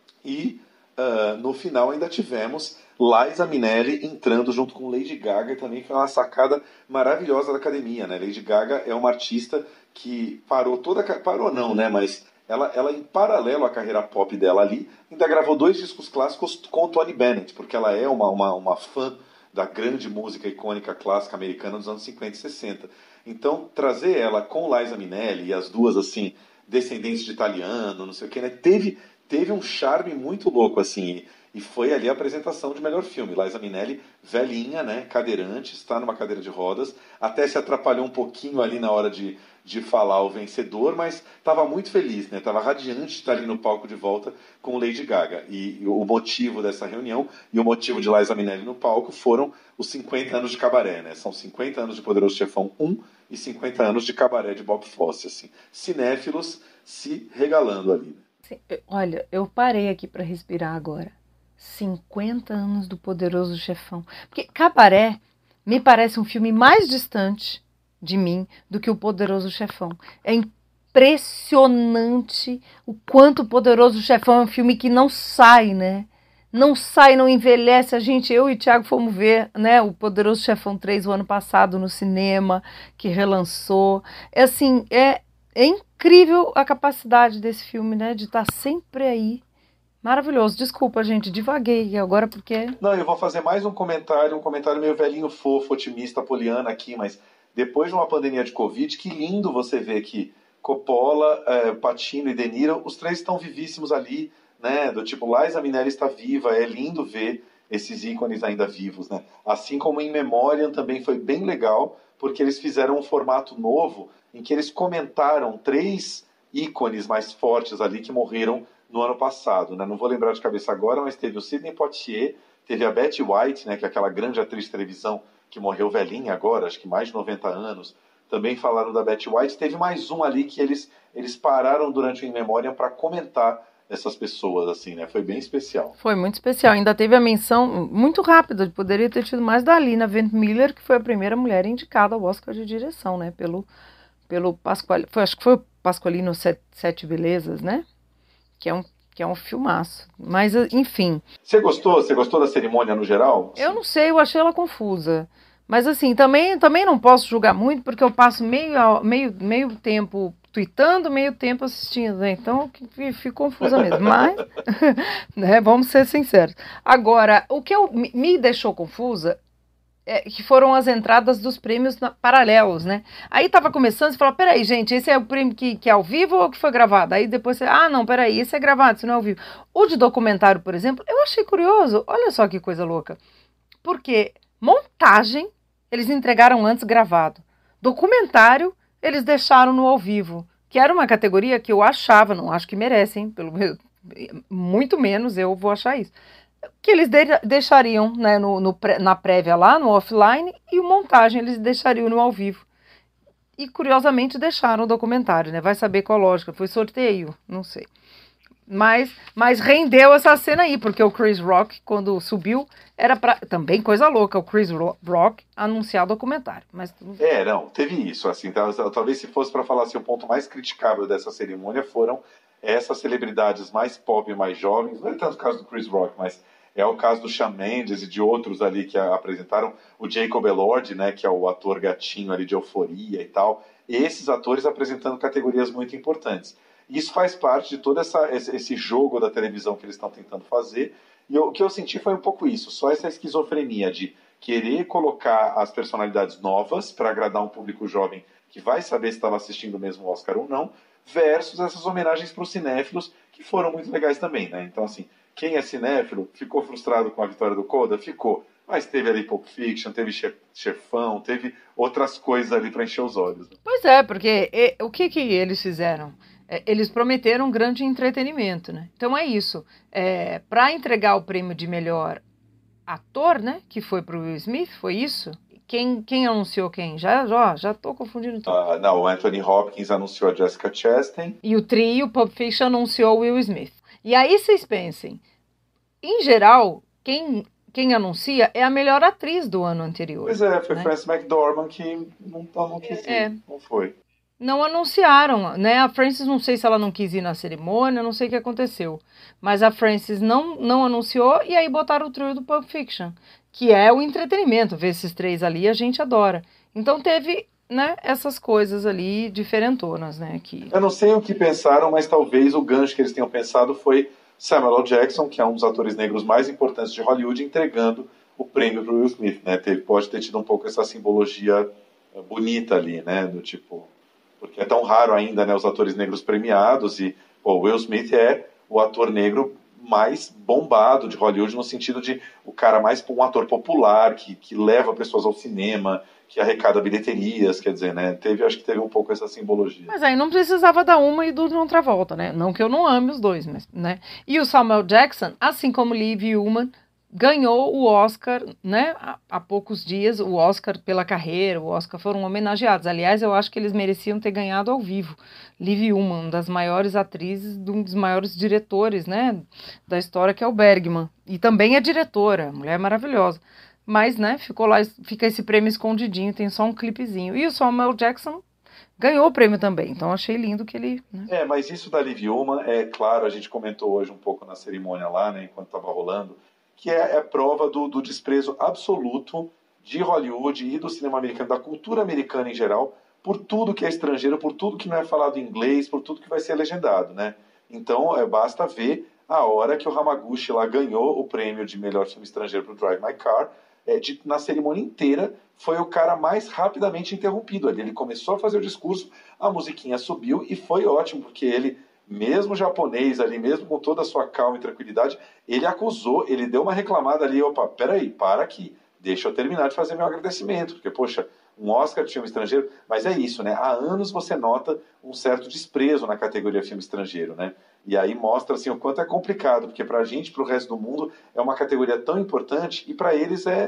E uh, no final ainda tivemos Liza Minnelli entrando junto com Lady Gaga, também foi uma sacada maravilhosa da academia, né? Lady Gaga é uma artista que parou toda... Parou não, né? Mas ela, ela, em paralelo à carreira pop dela ali, ainda gravou dois discos clássicos com o Tony Bennett, porque ela é uma, uma, uma fã da grande música icônica clássica americana dos anos cinquenta e sessenta. Então, trazer ela com Liza Minnelli e as duas, assim, descendentes de italiano, não sei o que, né? Teve, teve um charme muito louco, assim. E foi ali a apresentação de melhor filme. Liza Minnelli, velhinha, né, cadeirante, está numa cadeira de rodas, até se atrapalhou um pouquinho ali na hora de, de falar o vencedor, mas estava muito feliz, né, estava radiante de estar ali no palco de volta com Lady Gaga. E, e o motivo dessa reunião e o motivo de Liza Minnelli no palco foram os cinquenta anos de Cabaré, né, são cinquenta anos de Poderoso Chefão um e cinquenta anos de Cabaré de Bob Fosse, assim, cinéfilos se regalando ali. Né? Olha, eu parei aqui para respirar agora. cinquenta anos do Poderoso Chefão. Porque Cabaré me parece um filme mais distante de mim do que o Poderoso Chefão. É impressionante o quanto o Poderoso Chefão é um filme que não sai, né? Não sai, não envelhece. A gente, eu e o Thiago fomos ver, né, o Poderoso Chefão três o ano passado no cinema, que relançou. É assim, é, é incrível a capacidade desse filme, né, de estar sempre aí. Maravilhoso. Desculpa, gente, divaguei agora porque... Não, eu vou fazer mais um comentário, um comentário meio velhinho, fofo, otimista, poliana aqui, mas depois de uma pandemia de Covid, que lindo você ver que Coppola, é, Pacino e De Niro, os três estão vivíssimos ali, né, do tipo, Liza Minnelli está viva, é lindo ver esses ícones ainda vivos, né. Assim como In Memoriam também foi bem legal, porque eles fizeram um formato novo, em que eles comentaram três ícones mais fortes ali que morreram no ano passado, né? Não vou lembrar de cabeça agora, mas teve o Sidney Poitier, teve a Betty White, né, que é aquela grande atriz de televisão que morreu velhinha agora, acho que mais de noventa anos, também falaram da Betty White. Teve mais um ali que eles, eles pararam durante o In Memoriam para comentar essas pessoas, assim, né? Foi bem especial. Foi muito especial. Ainda teve a menção muito rápida, poderia ter tido mais da Lina Van Miller, que foi a primeira mulher indicada ao Oscar de direção, né? Pelo, pelo Pasquale, foi, acho que foi o Pasqualino Sete, Sete Belezas, né? Que é um que é um filmaço. Mas, enfim... Você gostou? Você gostou da cerimônia no geral? Eu não sei, eu achei ela confusa. Mas, assim, também, também não posso julgar muito, porque eu passo meio, meio, meio tempo tweetando, meio tempo assistindo, né? Então, fico confusa mesmo. Mas, né, vamos ser sinceros. Agora, o que eu, me deixou confusa... É, que foram as entradas dos prêmios na, paralelos, né? Aí tava começando, você falou, peraí, gente, esse é o prêmio que, que é ao vivo ou que foi gravado? Aí depois você, ah, não, peraí, esse é gravado, esse não é ao vivo. O de documentário, por exemplo, eu achei curioso, olha só que coisa louca. Porque montagem, eles entregaram antes gravado. Documentário, eles deixaram no ao vivo, que era uma categoria que eu achava, não acho que merecem, pelo muito menos eu vou achar isso. Que eles de deixariam, né, no, no, na prévia lá, no offline, e o montagem eles deixariam no ao vivo. E, curiosamente, deixaram o documentário, né? Vai saber qual a lógica. Foi sorteio? Não sei. Mas, mas rendeu essa cena aí, porque o Chris Rock, quando subiu, era pra... Também coisa louca, o Chris Rock anunciar o documentário. Mas... É, não, teve isso. Assim, talvez se fosse para falar assim, o ponto mais criticável dessa cerimônia foram essas celebridades mais pop e mais jovens, não é tanto o caso do Chris Rock, mas é o caso do Shawn Mendes e de outros ali que apresentaram, o Jacob Elord, né, que é o ator gatinho ali de Euforia e tal, esses atores apresentando categorias muito importantes. Isso faz parte de todo essa, esse jogo da televisão que eles estão tentando fazer, e eu, o que eu senti foi um pouco isso, só essa esquizofrenia de querer colocar as personalidades novas para agradar um público jovem que vai saber se estava assistindo o mesmo Oscar ou não, versus essas homenagens para os cinéfilos, que foram muito legais também, né? Então, assim, quem é cinéfilo ficou frustrado com a vitória do Coda? Ficou. Mas teve ali Pulp Fiction, teve Chefão, teve outras coisas ali para encher os olhos. Né? Pois é, porque e, o que, que eles fizeram? É, eles prometeram um grande entretenimento, né? Então é isso. É, para entregar o prêmio de melhor ator, né? Que foi para o Will Smith, foi isso? Quem, quem anunciou quem? Já, já, já tô confundindo tudo. Uh, não, o Anthony Hopkins anunciou a Jessica Chastain. E o trio Pulp Fiction anunciou o Will Smith. E aí vocês pensem, em geral, quem, quem anuncia é a melhor atriz do ano anterior. Pois é, foi né? Frances McDormand que não, não quis ir, é. não foi. Não anunciaram, né? A Frances, não sei se ela não quis ir na cerimônia, não sei o que aconteceu. Mas a Frances não, não anunciou e aí botaram o trio do Pulp Fiction, que é o entretenimento, ver esses três ali, a gente adora. Então teve, né, essas coisas ali diferentonas, né? Que... Eu não sei o que pensaram, mas talvez o gancho que eles tenham pensado foi Samuel L. Jackson, que é um dos atores negros mais importantes de Hollywood, entregando o prêmio para o Will Smith, né? Teve, pode ter tido um pouco essa simbologia bonita ali, né? Do tipo... Porque é tão raro ainda, né, os atores negros premiados, e o Will Smith é o ator negro mais bombado de Hollywood, no sentido de o cara mais um ator popular, que, que leva pessoas ao cinema, que arrecada bilheterias, quer dizer, né, teve, acho que teve um pouco essa simbologia. Mas aí não precisava dar uma e do John Travolta, né, não que eu não ame os dois, mas, né, e o Samuel Jackson, assim como Liv Ullmann, ganhou o Oscar, né, há, há poucos dias, o Oscar pela carreira, o Oscar foram homenageados. Aliás, eu acho que eles mereciam ter ganhado ao vivo. Liv Ullmann, uma das maiores atrizes, de um dos maiores diretores, né, da história, que é o Bergman. E também é diretora, mulher maravilhosa. Mas, né, ficou lá, fica esse prêmio escondidinho, tem só um clipezinho. E o Samuel Jackson ganhou o prêmio também, então achei lindo que ele... Né? É, mas isso da Liv Ullmann, é claro, a gente comentou hoje um pouco na cerimônia lá, né, enquanto estava rolando, que é a prova do, do desprezo absoluto de Hollywood e do cinema americano, da cultura americana em geral, por tudo que é estrangeiro, por tudo que não é falado em inglês, por tudo que vai ser legendado, né? Então, é, basta ver a hora que o Hamaguchi lá ganhou o prêmio de melhor filme estrangeiro para o Drive My Car, é, de, na cerimônia inteira, foi o cara mais rapidamente interrompido ali. Ele começou a fazer o discurso, a musiquinha subiu e foi ótimo, porque ele... mesmo japonês ali, mesmo com toda a sua calma e tranquilidade, ele acusou, ele deu uma reclamada ali, opa, peraí, para aqui, deixa eu terminar de fazer meu agradecimento, porque, poxa, um Oscar de filme estrangeiro, mas é isso, né, há anos você nota um certo desprezo na categoria filme estrangeiro, né, e aí mostra, assim, o quanto é complicado, porque pra gente, pro resto do mundo, é uma categoria tão importante, e pra eles é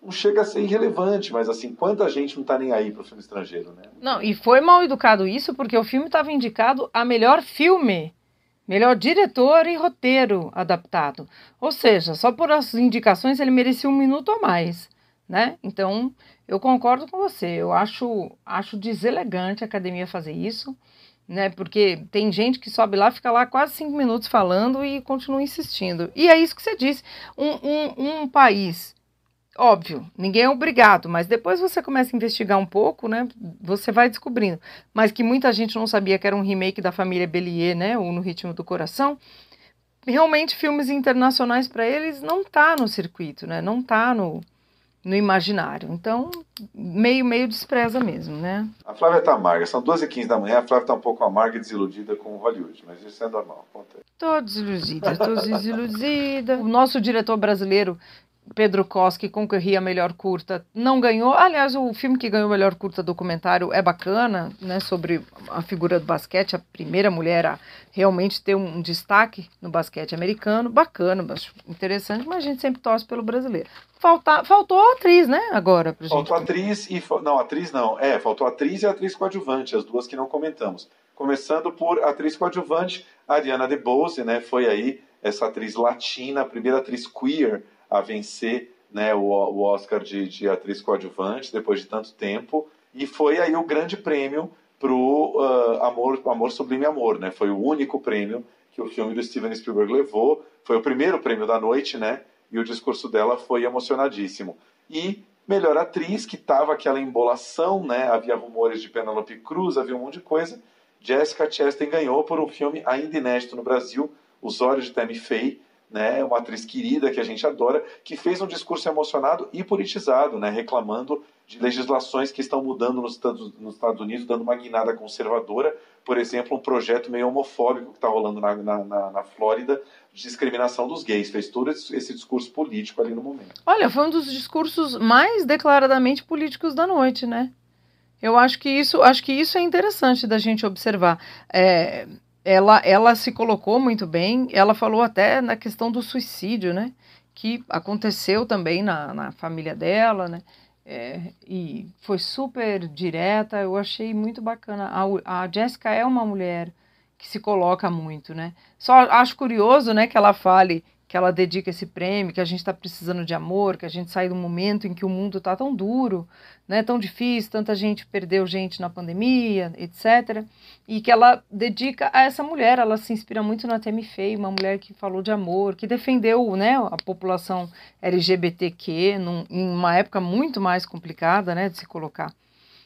não chega a ser irrelevante, mas assim, quanta gente não tá nem aí pro filme estrangeiro, né? Não, e foi mal educado isso porque o filme estava indicado a melhor filme, melhor diretor e roteiro adaptado. Ou seja, só por as indicações ele merecia um minuto a mais, né? Então, eu concordo com você. Eu acho, acho deselegante a academia fazer isso, né? Porque tem gente que sobe lá, fica lá quase cinco minutos falando e continua insistindo. E é isso que você disse. Um, um, um país... Óbvio, ninguém é obrigado, mas depois você começa a investigar um pouco, né? Você vai descobrindo. Mas que muita gente não sabia que era um remake da família Bélier, né? Ou No Ritmo do Coração. Realmente, filmes internacionais para eles não tá no circuito, né? Não tá no, no imaginário. Então, meio, meio despreza mesmo, né? A Flávia tá amarga. São duas e quinze da manhã, a Flávia tá um pouco amarga e desiludida com Hollywood, mas isso é normal. Conta aí. Tô desiludida, tô desiludida. O nosso diretor brasileiro, Pedro Cos, que concorria a melhor curta, não ganhou. Aliás, o filme que ganhou o melhor curta documentário é bacana, né, sobre a figura do basquete, a primeira mulher a realmente ter um destaque no basquete americano. Bacana, acho interessante, mas a gente sempre torce pelo brasileiro. Falta, faltou a atriz, né, agora. Pra faltou gente... atriz e... Não, atriz não. É, faltou atriz e atriz coadjuvante, as duas que não comentamos. Começando por atriz coadjuvante, Ariana DeBose, né, foi aí essa atriz latina, a primeira atriz queer a vencer, né, o, o Oscar de, de atriz coadjuvante depois de tanto tempo, e foi aí o grande prêmio pro uh, Amor, Amor Sublime Amor, né? Foi o único prêmio que o filme do Steven Spielberg levou, foi o primeiro prêmio da noite, né? E o discurso dela foi emocionadíssimo. E melhor atriz, que tava aquela embolação, né? Havia rumores de Penélope Cruz, havia um monte de coisa. Jessica Chastain ganhou por um filme ainda inédito no Brasil, Os Olhos de Tammy Faye, né, uma atriz querida que a gente adora, que fez um discurso emocionado e politizado, né, reclamando de legislações que estão mudando nos Estados, nos Estados Unidos, dando uma guinada conservadora. Por exemplo, um projeto meio homofóbico que está rolando na, na, na Flórida, de discriminação dos gays. Fez todo esse discurso político ali no momento. Olha, foi um dos discursos mais declaradamente políticos da noite, né? Eu acho que isso, acho que isso é interessante da gente observar. É... Ela, ela se colocou muito bem, ela falou até na questão do suicídio, né, que aconteceu também na, na família dela, né, é, e foi super direta, eu achei muito bacana. A, a Jessica é uma mulher que se coloca muito, né, só acho curioso, né, que ela fale que ela dedica esse prêmio, que a gente está precisando de amor, que a gente sai de um momento em que o mundo está tão duro, né, tão difícil, tanta gente perdeu gente na pandemia, etcétera. E que ela dedica a essa mulher, ela se inspira muito na Tammy Faye, uma mulher que falou de amor, que defendeu, né, a população L G B T Q num, em uma época muito mais complicada, né, de se colocar.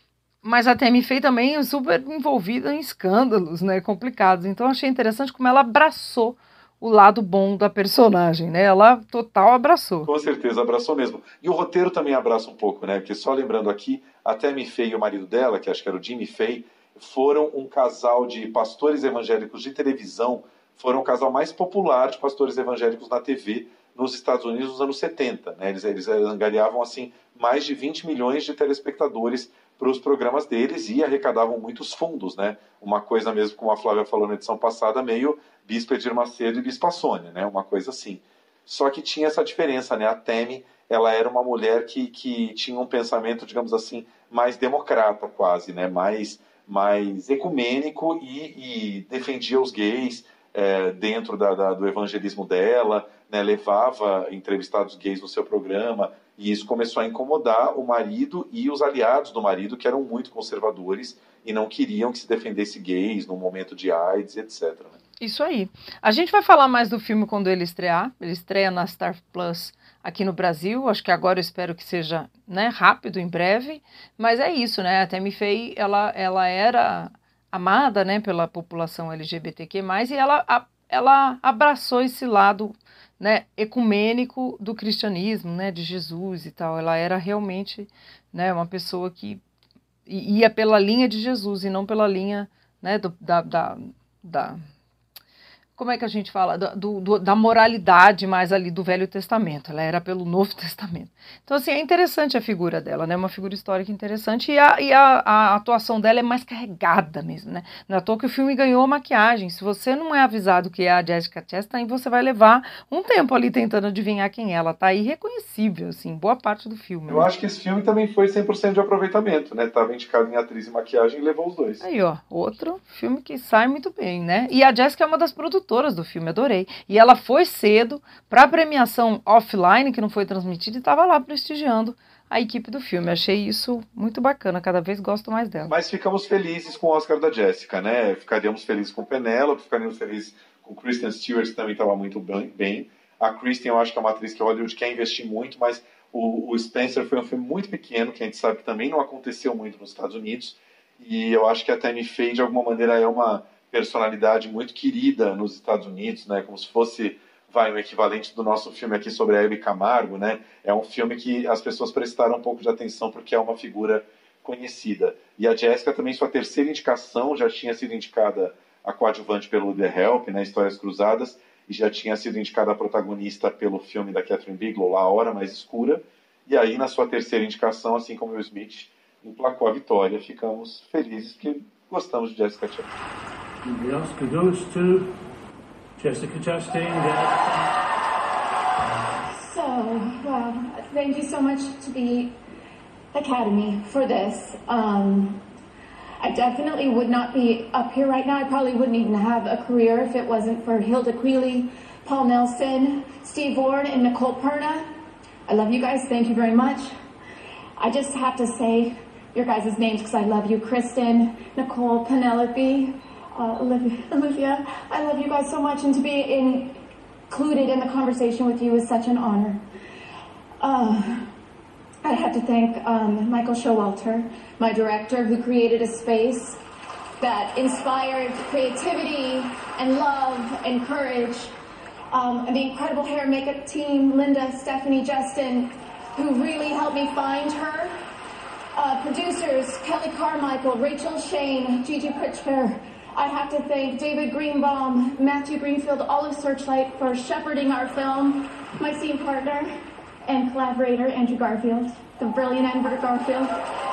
Mas a Tammy Faye também é super envolvida em escândalos, né, complicados. Então achei interessante como ela abraçou o lado bom da personagem, né? Ela total abraçou. Com certeza, abraçou mesmo. E o roteiro também abraça um pouco, né? Porque só lembrando aqui, a Tammy Faye e o marido dela, que acho que era o Jimmy Faye, foram um casal de pastores evangélicos de televisão, foram o casal mais popular de pastores evangélicos na T V nos Estados Unidos nos anos setenta, né? Eles, eles angariavam, assim, mais de vinte milhões de telespectadores para os programas deles e arrecadavam muitos fundos, né? Uma coisa mesmo, como a Flávia falou na edição passada, meio Bispo Edir Macedo e Bispa Sônia, né? Uma coisa assim. Só que tinha essa diferença, né? A Tammy, ela era uma mulher que, que tinha um pensamento, digamos assim, mais democrata quase, né? Mais, mais ecumênico e, e defendia os gays é, dentro da, da, do evangelismo dela, né? Levava entrevistados gays no seu programa, e isso começou a incomodar o marido e os aliados do marido, que eram muito conservadores e não queriam que se defendesse gays no momento de AIDS, etcétera. Né? Isso aí. A gente vai falar mais do filme quando ele estrear. Ele estreia na Star Plus aqui no Brasil. Acho que agora eu espero que seja, né, rápido, em breve. Mas é isso, né? A Tammy Faye, ela, ela era amada, né, pela população L G B T Q mais, e ela, a, ela abraçou esse lado, né, ecumênico do cristianismo, né, de Jesus e tal. Ela era realmente, né, uma pessoa que ia pela linha de Jesus e não pela linha, né, do, da, da, da como é que a gente fala, do, do, da moralidade mais ali do Velho Testamento, ela era pelo Novo Testamento. Então, assim, é interessante a figura dela, né, uma figura histórica interessante, e a, e a, a atuação dela é mais carregada mesmo, né, não é à toa que o filme ganhou maquiagem. Se você não é avisado que é a Jessica Chastain, você vai levar um tempo ali tentando adivinhar quem é, ela tá irreconhecível, assim, boa parte do filme. Eu né? acho que esse filme também foi cem por cento de aproveitamento, né, tava indicado em atriz e maquiagem e levou os dois. Aí, ó, outro filme que sai muito bem, né, e a Jessica é uma das produtoras do filme, adorei. E ela foi cedo para a premiação offline, que não foi transmitida, e estava lá prestigiando a equipe do filme. Achei isso muito bacana, cada vez gosto mais dela. Mas ficamos felizes com o Oscar da Jessica, né? Ficaríamos felizes com Penélope, ficaríamos felizes com Kristen Stewart, que também estava muito bem. A Kristen, eu acho que é uma atriz que Hollywood quer investir muito, mas o, o Spencer foi um filme muito pequeno, que a gente sabe que também não aconteceu muito nos Estados Unidos, e eu acho que a Tammy Faye, de alguma maneira, é uma personalidade muito querida nos Estados Unidos, né, como se fosse, vai, um equivalente do nosso filme aqui sobre a Hebe Camargo, né, é um filme que as pessoas prestaram um pouco de atenção porque é uma figura conhecida. E a Jessica também, sua terceira indicação, já tinha sido indicada a coadjuvante pelo The Help, né, Histórias Cruzadas, e já tinha sido indicada a protagonista pelo filme da Catherine Bigelow, lá A Hora Mais Escura, e aí na sua terceira indicação, assim como Will Smith, emplacou a vitória. Ficamos felizes porque gostamos de Jessica Chastain. The Oscar goes to Jessica Chastain. So, well, thank you so much to the Academy for this. Um, I definitely would not be up here right now. I probably wouldn't even have a career if it wasn't for Hilda Queeley, Paul Nelson, Steve Ward, and Nicole Perna. I love you guys. Thank you very much. I just have to say your guys' names because I love you. Kristen, Nicole, Penelope, uh, Olivia, Olivia. I love you guys so much, and to be in, included in the conversation with you is such an honor. Uh, I have to thank um, Michael Showalter, my director, who created a space that inspired creativity and love and courage. Um, and the incredible hair and makeup team, Linda, Stephanie, Justin, who really helped me find her. Uh, producers, Kelly Carmichael, Rachel Shane, Gigi Pritchker. I have to thank David Greenbaum, Matthew Greenfield, all of Searchlight for shepherding our film. My scene partner and collaborator, Andrew Garfield, the brilliant Andrew Garfield.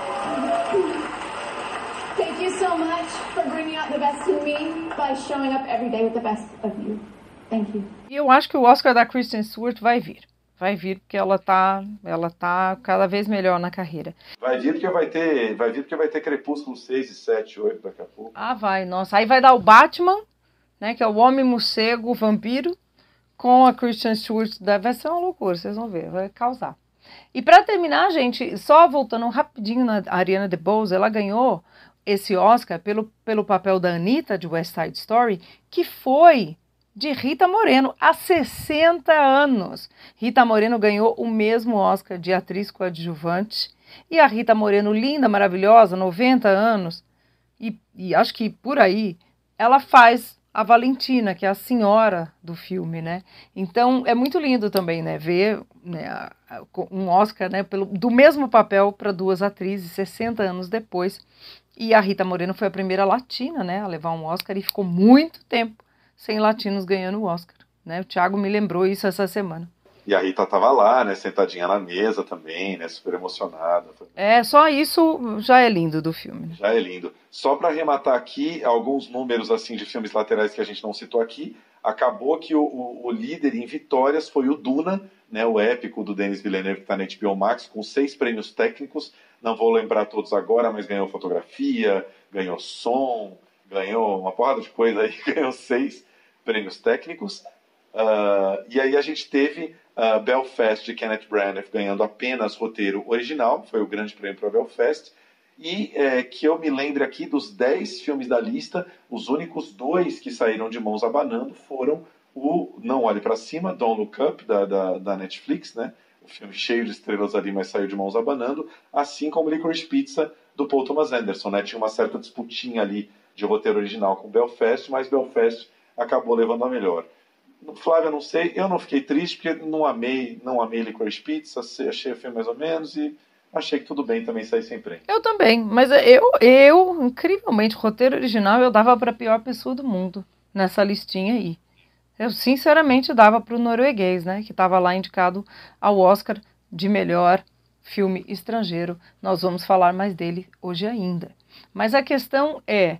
Thank you so much for bringing out the best in me by showing up every day with the best of you. Thank you. E eu acho que o Oscar da Kristen Stewart vai vir. Vai vir porque ela tá, ela tá cada vez melhor na carreira. Vai vir porque vai ter, vai vir porque vai ter Crepúsculo seis e sete, oito daqui a pouco. Ah, vai, nossa. Aí vai dar o Batman, né, que é o Homem Morcego, o Vampiro, com a Kristen Stewart. Vai ser uma loucura, vocês vão ver, vai causar. E para terminar, gente, só voltando rapidinho na Ariana DeBose, ela ganhou esse Oscar pelo, pelo papel da Anitta, de West Side Story, que foi de Rita Moreno, há sessenta anos. Rita Moreno ganhou o mesmo Oscar de atriz coadjuvante. E a Rita Moreno, linda, maravilhosa, noventa anos, e, e acho que por aí, ela faz a Valentina, que é a senhora do filme, né? Então, é muito lindo também, né, ver, né, a, a, um Oscar, né, pelo, do mesmo papel para duas atrizes, sessenta anos depois. E a Rita Moreno foi a primeira latina, né, a levar um Oscar, e ficou muito tempo sem latinos ganhando o Oscar, né? O Thiago me lembrou isso essa semana. E a Rita tava lá, né, sentadinha na mesa também, né, super emocionada. É, só isso já é lindo do filme. Já é lindo. Só para arrematar aqui, alguns números assim de filmes laterais que a gente não citou aqui, acabou que o, o, o líder em vitórias foi o Duna, né, o épico do Denis Villeneuve, que está na H B O Max, com seis prêmios técnicos, não vou lembrar todos agora, mas ganhou fotografia, ganhou som, ganhou uma porrada de coisa aí, ganhou seis prêmios técnicos. Uh, e aí a gente teve uh, Belfast, de Kenneth Branagh, ganhando apenas roteiro original, foi o grande prêmio para Belfast. E é, que eu me lembre aqui, dos dez filmes da lista, os únicos dois que saíram de mãos abanando foram o Não Olhe Para Cima, Don't Look Up, da, da, da Netflix, né? O filme cheio de estrelas ali, mas saiu de mãos abanando, assim como Licorice Pizza, do Paul Thomas Anderson, né? Tinha uma certa disputinha ali de roteiro original com Belfast, mas Belfast acabou levando a melhor. Flávia, não sei, eu não fiquei triste porque não amei, não amei Licorice Pizza, achei o filme mais ou menos e achei que tudo bem também sair sem prêmio. Eu também, mas eu, eu incrivelmente, roteiro original eu dava para a pior pessoa do mundo nessa listinha aí. Eu sinceramente dava para o norueguês, né, que estava lá indicado ao Oscar de melhor filme estrangeiro. Nós vamos falar mais dele hoje ainda. Mas a questão é,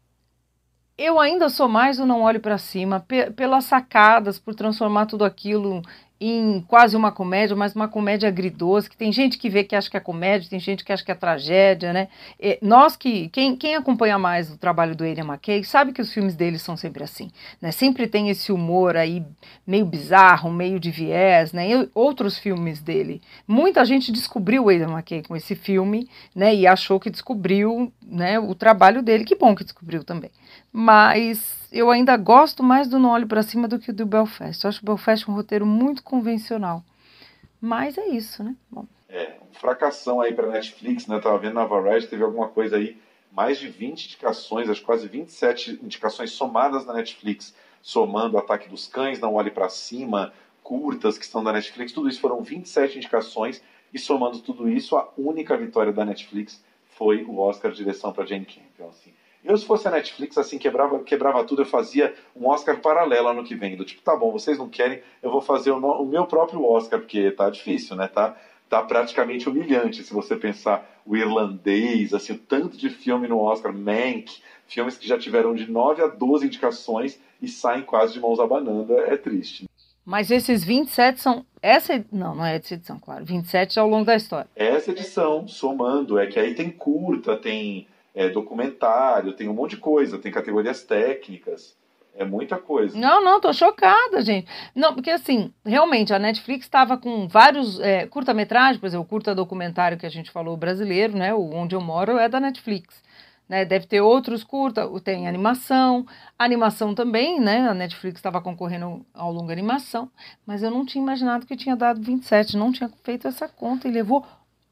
eu ainda sou mais o Não Olhe para Cima, pe- pelas sacadas, por transformar tudo aquilo em quase uma comédia, mas uma comédia agridoce, que tem gente que vê que acha que é comédia, tem gente que acha que é tragédia, né? E nós que, quem, quem acompanha mais o trabalho do Aidan McKay, sabe que os filmes dele são sempre assim, né? Sempre tem esse humor aí meio bizarro, meio de viés, né? E outros filmes dele. Muita gente descobriu o Aidan McKay com esse filme, né? E achou que descobriu, né, o trabalho dele, que bom que descobriu também. Mas eu ainda gosto mais do Não Olhe para Cima do que do Belfast. Eu acho o Belfast um roteiro muito convencional. Mas é isso, né? Bom. É, um fracassão aí para Netflix, né? Eu tava vendo na Variety, teve alguma coisa aí, mais de vinte indicações, acho quase vinte e sete indicações somadas na Netflix, somando Ataque dos Cães, Não Olhe para Cima, curtas que estão na Netflix, tudo isso foram vinte e sete indicações, e somando tudo isso, a única vitória da Netflix foi o Oscar de direção para Jane Campion, assim. Eu, se fosse a Netflix, assim, quebrava, quebrava tudo, eu fazia um Oscar paralelo ano que vem. Do tipo, tá bom, vocês não querem, eu vou fazer o, no, o meu próprio Oscar, porque tá difícil, né? Tá, tá praticamente humilhante, se você pensar o Irlandês, assim, o tanto de filme no Oscar, Mank, filmes que já tiveram de nove a doze indicações e saem quase de mãos abanando, é, é triste. Mas esses vinte e sete são... essa Não, não é essa edição, claro. vinte e sete ao longo da história. Essa edição, somando, é que aí tem curta, tem... É, documentário, tem um monte de coisa, tem categorias técnicas, é muita coisa. Não, não, tô chocada, gente. Não, porque assim, realmente, a Netflix estava com vários é, curta-metragens, por exemplo, o curta-documentário que a gente falou brasileiro, né, o Onde Eu Moro é da Netflix, né, deve ter outros curta, tem animação, animação também, né, a Netflix estava concorrendo ao longa animação, mas eu não tinha imaginado que tinha dado vinte e sete, não tinha feito essa conta e levou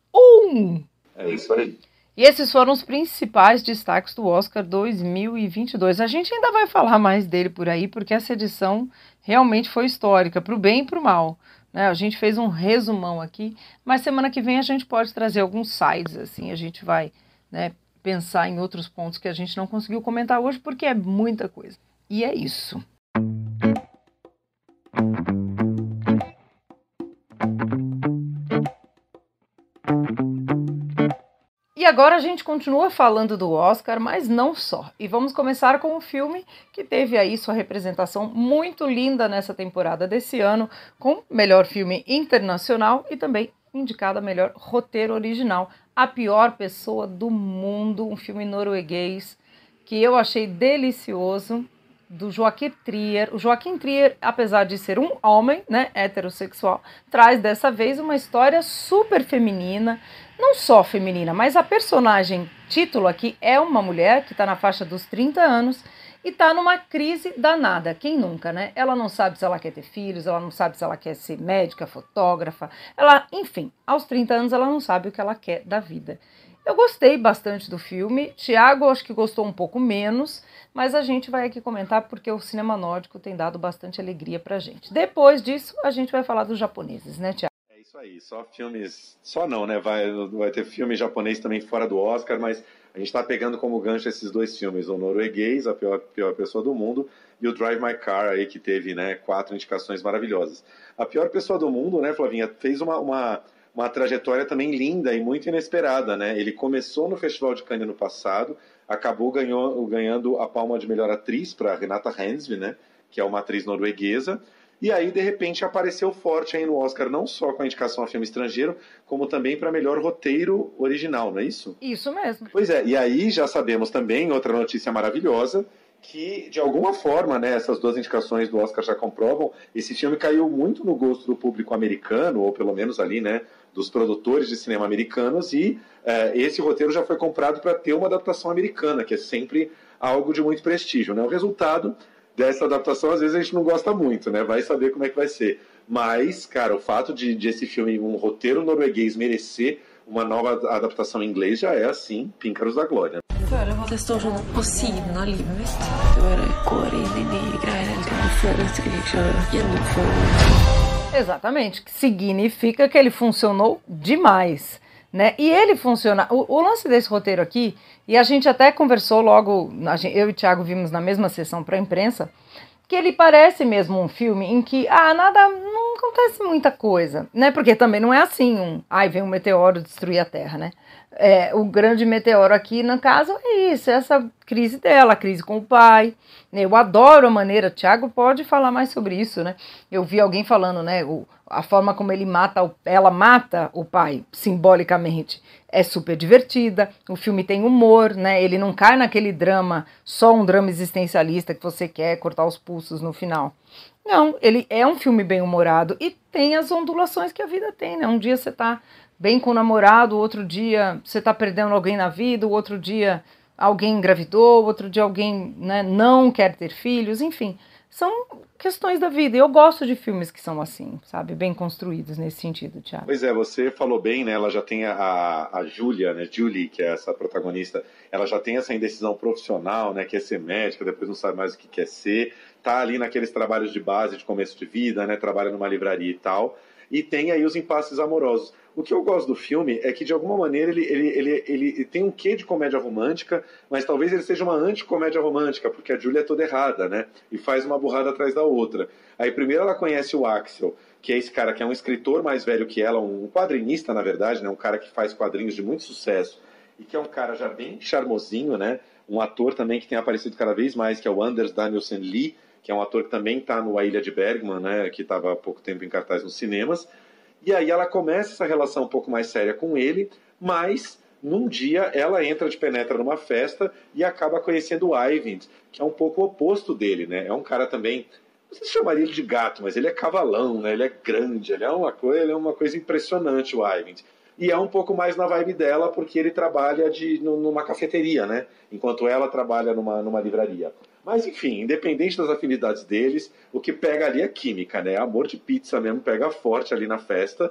um. É isso aí. E esses foram os principais destaques do Oscar dois mil e vinte e dois. A gente ainda vai falar mais dele por aí, porque essa edição realmente foi histórica, para o bem e para o mal, né? A gente fez um resumão aqui, mas semana que vem a gente pode trazer alguns sites, assim, a gente vai, né, pensar em outros pontos que a gente não conseguiu comentar hoje, porque é muita coisa. E é isso. E agora a gente continua falando do Oscar, mas não só. E vamos começar com um filme que teve aí sua representação muito linda nessa temporada desse ano, com melhor filme internacional e também indicado a melhor roteiro original. A Pior Pessoa do Mundo, um filme norueguês que eu achei delicioso, do Joaquim Trier. O Joaquim Trier, apesar de ser um homem, né, heterossexual, traz dessa vez uma história super feminina, não só feminina, mas a personagem título aqui é uma mulher que está na faixa dos trinta anos e está numa crise danada. Quem nunca, né? Ela não sabe se ela quer ter filhos, ela não sabe se ela quer ser médica, fotógrafa, ela, enfim, aos trinta anos ela não sabe o que ela quer da vida. Eu gostei bastante do filme, Thiago acho que gostou um pouco menos, mas a gente vai aqui comentar porque o cinema nórdico tem dado bastante alegria pra gente. Depois disso, a gente vai falar dos japoneses, né, Thiago? É isso aí, só filmes, só não, né, vai, vai ter filme japonês também fora do Oscar, mas a gente tá pegando como gancho esses dois filmes, o norueguês, A Pior, Pior Pessoa do Mundo, e o Drive My Car, aí, que teve, né, quatro indicações maravilhosas. A Pior Pessoa do Mundo, né, Flavinha, fez uma... uma uma trajetória também linda e muito inesperada, né? Ele começou no Festival de Cannes no passado, acabou ganhou, ganhando a palma de melhor atriz para Renata Hensby, né? Que é uma atriz norueguesa, e aí de repente apareceu forte aí no Oscar, não só com a indicação a filme estrangeiro, como também para melhor roteiro original, não é isso? Isso mesmo. Pois é, e aí já sabemos também, outra notícia maravilhosa, que, de alguma forma, né, essas duas indicações do Oscar já comprovam, esse filme caiu muito no gosto do público americano, ou pelo menos ali, né, dos produtores de cinema americanos, e é, esse roteiro já foi comprado para ter uma adaptação americana, que é sempre algo de muito prestígio, né? O resultado dessa adaptação, às vezes, a gente não gosta muito, né? Vai saber como é que vai ser. Mas, cara, o fato de, de esse filme, um roteiro norueguês, merecer uma nova adaptação em inglês já é, assim, píncaros da glória. Det står sånn på siden av livet mitt. Det bare går inn i nye greier hele tiden. Du føler at du ikke klarer å gjennomføre. Exatamente, que significa que ele funcionou demais, né? E ele funciona, o, o lance desse roteiro aqui, e a gente até conversou logo, eu e o Thiago vimos na mesma sessão para a imprensa, que ele parece mesmo um filme em que, ah, nada, não acontece muita coisa, né? Porque também não é assim, um, ai, vem um meteoro destruir a Terra, né? É, o grande meteoro aqui, no caso, é isso, essa crise dela, a crise com o pai. Eu adoro a maneira, o Thiago pode falar mais sobre isso, né? Eu vi alguém falando, né, o, a forma como ele mata, o, ela mata o pai, simbolicamente, é super divertida. O filme tem humor, né? Ele não cai naquele drama, só um drama existencialista que você quer cortar os pulsos no final. Não, ele é um filme bem humorado e tem as ondulações que a vida tem, né? Um dia você tá bem com o namorado, outro dia você tá perdendo alguém na vida, o outro dia alguém engravidou, outro dia alguém, né, não quer ter filhos, enfim, são questões da vida. E eu gosto de filmes que são assim, sabe, bem construídos nesse sentido, Thiago. Pois é, você falou bem, né, ela já tem a, a Julia, né, Julie, que é essa protagonista, ela já tem essa indecisão profissional, né, quer ser médica, depois não sabe mais o que quer ser, tá ali naqueles trabalhos de base, de começo de vida, né, trabalha numa livraria e tal, e tem aí os impasses amorosos. O que eu gosto do filme é que, de alguma maneira, ele, ele, ele, ele tem um quê de comédia romântica, mas talvez ele seja uma anticomédia romântica, porque a Julia é toda errada, né? E faz uma burrada atrás da outra. Aí, primeiro ela conhece o Axel, que é esse cara que é um escritor mais velho que ela, um quadrinista, na verdade, né? Um cara que faz quadrinhos de muito sucesso, e que é um cara já bem charmosinho, né? Um ator também que tem aparecido cada vez mais, que é o Anders Danielsen Lee, que é um ator que também está no A Ilha de Bergman, né? Que estava há pouco tempo em cartaz nos cinemas. E aí ela começa essa relação um pouco mais séria com ele, mas num dia ela entra de penetra numa festa e acaba conhecendo o Eyvind, que é um pouco o oposto dele, né? É um cara também, não sei se chamaria ele de gato, mas ele é cavalão, né? Ele é grande, ele é uma coisa, ele é uma coisa impressionante, o Eyvind. E é um pouco mais na vibe dela, porque ele trabalha de, numa cafeteria, né? Enquanto ela trabalha numa, numa livraria. Mas, enfim, independente das afinidades deles, o que pega ali é química, né? Amor de pizza mesmo, pega forte ali na festa.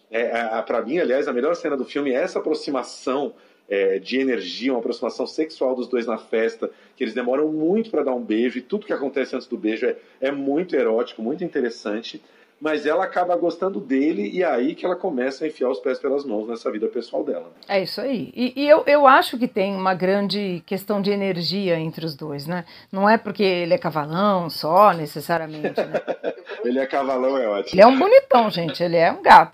É, pra mim, aliás, a melhor cena do filme é essa aproximação é, de energia, uma aproximação sexual dos dois na festa, que eles demoram muito para dar um beijo, e tudo que acontece antes do beijo é, é muito erótico, muito interessante. Mas ela acaba gostando dele, e é aí que ela começa a enfiar os pés pelas mãos nessa vida pessoal dela. É isso aí. E, e eu, eu acho que tem uma grande questão de energia entre os dois, né? Não é porque ele é cavalão só, necessariamente, né? Ele é cavalão, é ótimo. Ele é um bonitão, gente, ele é um gato.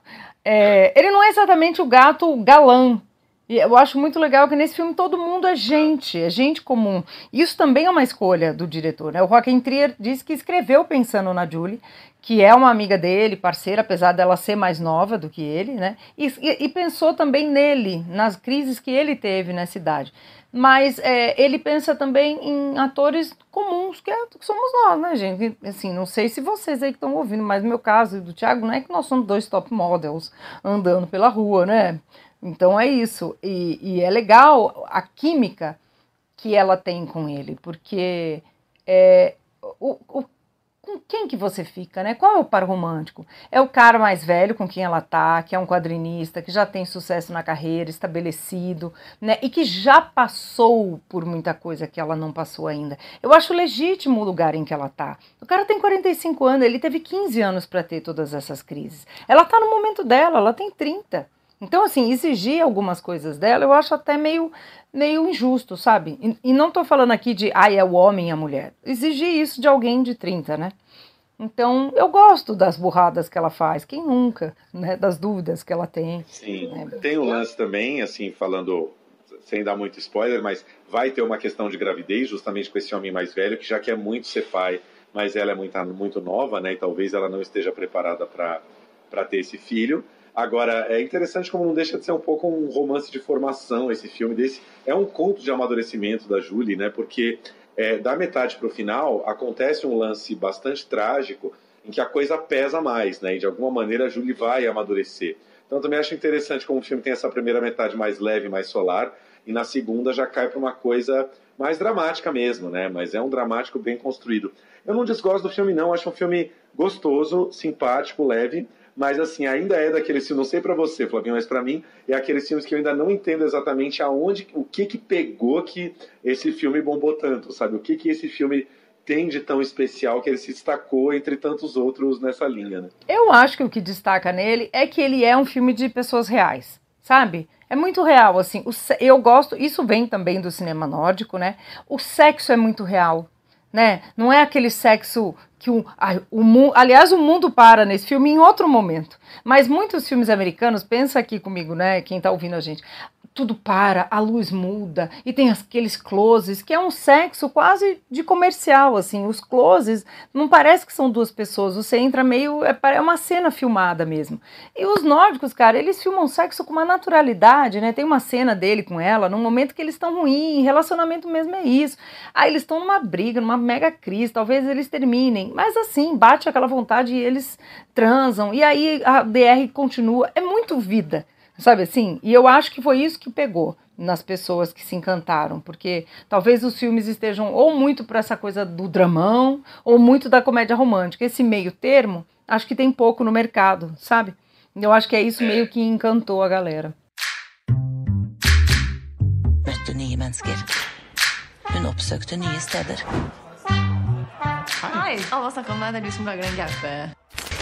É, ele não é exatamente o gato galã. E eu acho muito legal que nesse filme todo mundo é gente, é gente comum. Isso também é uma escolha do diretor, né? O Joachim Trier disse que escreveu pensando na Julie, que é uma amiga dele, parceira, apesar dela ser mais nova do que ele, né? E, e, e pensou também nele, nas crises que ele teve nessa idade. Mas é, ele pensa também em atores comuns, que, é, que somos nós, né, gente? Assim, não sei se vocês aí que estão ouvindo, mas no meu caso e do Thiago, não é que nós somos dois top models andando pela rua, né? Então é isso, e, e é legal a química que ela tem com ele, porque é, o, o, com quem que você fica, né? Qual é o par romântico? É o cara mais velho com quem ela tá, que é um quadrinista, que já tem sucesso na carreira, estabelecido, né? E que já passou por muita coisa que ela não passou ainda. Eu acho legítimo o lugar em que ela tá. O cara tem quarenta e cinco anos, ele teve quinze anos para ter todas essas crises. Ela tá no momento dela, ela tem trinta. Então, assim, exigir algumas coisas dela, eu acho até meio, meio injusto, sabe? E, e não tô falando aqui de, ai, é o homem e a mulher. Exigir isso de alguém de trinta, né? Então, eu gosto das burradas que ela faz, quem nunca, né? Das dúvidas que ela tem. Sim, né? Tem um lance também, assim, falando, sem dar muito spoiler, mas vai ter uma questão de gravidez, justamente com esse homem mais velho, que já quer muito ser pai, mas ela é muito, muito nova, né? E talvez ela não esteja preparada para ter esse filho. Agora, é interessante como não deixa de ser um pouco um romance de formação esse filme desse. É um conto de amadurecimento da Julie, né? Porque é, da metade para o final acontece um lance bastante trágico em que a coisa pesa mais, né? E de alguma maneira a Julie vai amadurecer. Então eu também acho interessante como o filme tem essa primeira metade mais leve, mais solar, e na segunda já cai para uma coisa mais dramática mesmo, né? Mas é um dramático bem construído. Eu não desgosto do filme não, acho um filme gostoso, simpático, leve. Mas assim, ainda é daqueles filmes, não sei pra você, Flavinho, mas pra mim é aqueles filmes que eu ainda não entendo exatamente aonde, o que que pegou que esse filme bombou tanto, sabe? O que que esse filme tem de tão especial que ele se destacou entre tantos outros nessa linha, né? Eu acho que o que destaca nele é que ele é um filme de pessoas reais, sabe? É muito real, assim, o, eu gosto, isso vem também do cinema nórdico, né? O sexo é muito real. né? Não é aquele sexo que o, o mundo... Aliás, o mundo para nesse filme em outro momento. Mas muitos filmes americanos, pensa aqui comigo, né? Quem tá ouvindo a gente... Tudo para, a luz muda, e tem aqueles closes, que é um sexo quase de comercial, assim, os closes, não parece que são duas pessoas, você entra meio, é, é uma cena filmada mesmo. E os nórdicos, cara, eles filmam sexo com uma naturalidade, né, tem uma cena dele com ela, num momento que eles estão ruins, relacionamento mesmo é isso, aí eles estão numa briga, numa mega crise, talvez eles terminem, mas assim, bate aquela vontade e eles transam, e aí a D R continua, é muito vida. Sabe assim? E eu acho que foi isso que pegou nas pessoas que se encantaram, porque talvez os filmes estejam ou muito para essa coisa do dramão, ou muito da comédia romântica. Esse meio termo, acho que tem pouco no mercado, sabe? Eu acho que é isso meio que encantou a galera. Møtte nye mennesker. Hun oppsøkte nye steder. Hei, alle har snakket om deg. Det er du som lager den gaupe...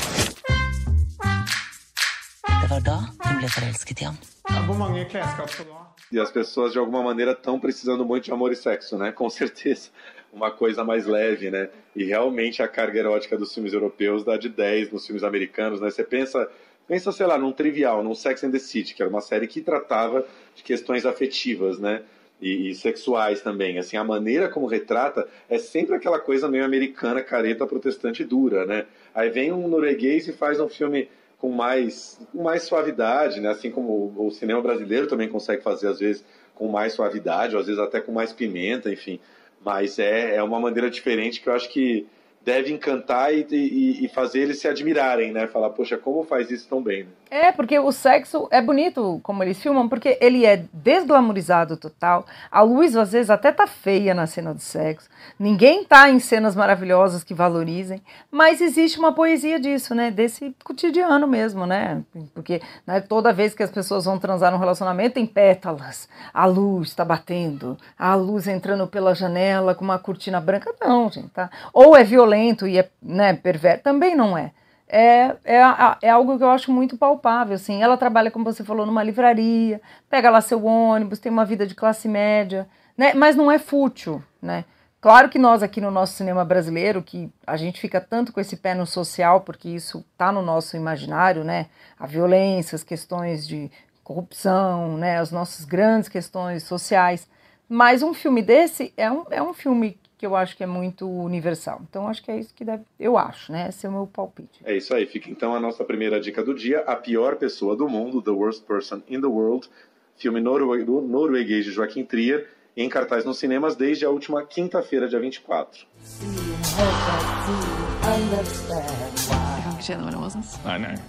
Det var da hun ble forelsket i ham. Hvor mange klesskap skal du ha? E as pessoas, de alguma maneira, estão precisando muito de amor e sexo, né? Com certeza. Uma coisa mais leve, né? E realmente a carga erótica dos filmes europeus dá de dez nos filmes americanos, né? Você pensa, pensa, sei lá, num Trivial, num Sex and the City, que era uma série que tratava de questões afetivas, né? E, e sexuais também. Assim, a maneira como retrata é sempre aquela coisa meio americana, careta, protestante dura, né? Aí vem um norueguês e faz um filme... com mais, com mais suavidade, né? Assim como o, o cinema brasileiro também consegue fazer, às vezes, com mais suavidade, ou às vezes até com mais pimenta, enfim. Mas é, é uma maneira diferente que eu acho que deve encantar e, e, e fazer eles se admirarem, né? Falar, poxa, como faz isso tão bem, né? É, porque o sexo é bonito como eles filmam, porque ele é desglamorizado total. A luz, às vezes, até tá feia na cena do sexo. Ninguém tá em cenas maravilhosas que valorizem, mas existe uma poesia disso, né? Desse cotidiano mesmo, né? Porque né, toda vez que as pessoas vão transar num relacionamento, tem pétalas, a luz tá batendo, a luz entrando pela janela com uma cortina branca. Não, gente, tá? Ou é violento e é né, perverso. Também não é. É, é, é algo que eu acho muito palpável, assim. Ela trabalha, como você falou, numa livraria, pega lá seu ônibus, tem uma vida de classe média, né? Mas não é fútil, né? Claro que nós aqui no nosso cinema brasileiro, que a gente fica tanto com esse pé no social, porque isso está no nosso imaginário, né? A violência, as questões de corrupção, né? As nossas grandes questões sociais. Mas um filme desse é um, é um filme que eu acho que é muito universal. Então, acho que é isso que deve... Eu acho, né? Esse é o meu palpite. É isso aí. Fica, então, a nossa primeira dica do dia. A Pior Pessoa do Mundo, The Worst Person in the World. Filme norue- norueguês de Joaquim Trier, em cartaz nos cinemas desde a última quinta-feira, dia vinte e quatro. Jeg kan ikke kjenne hva det var, synes. Nei, nei.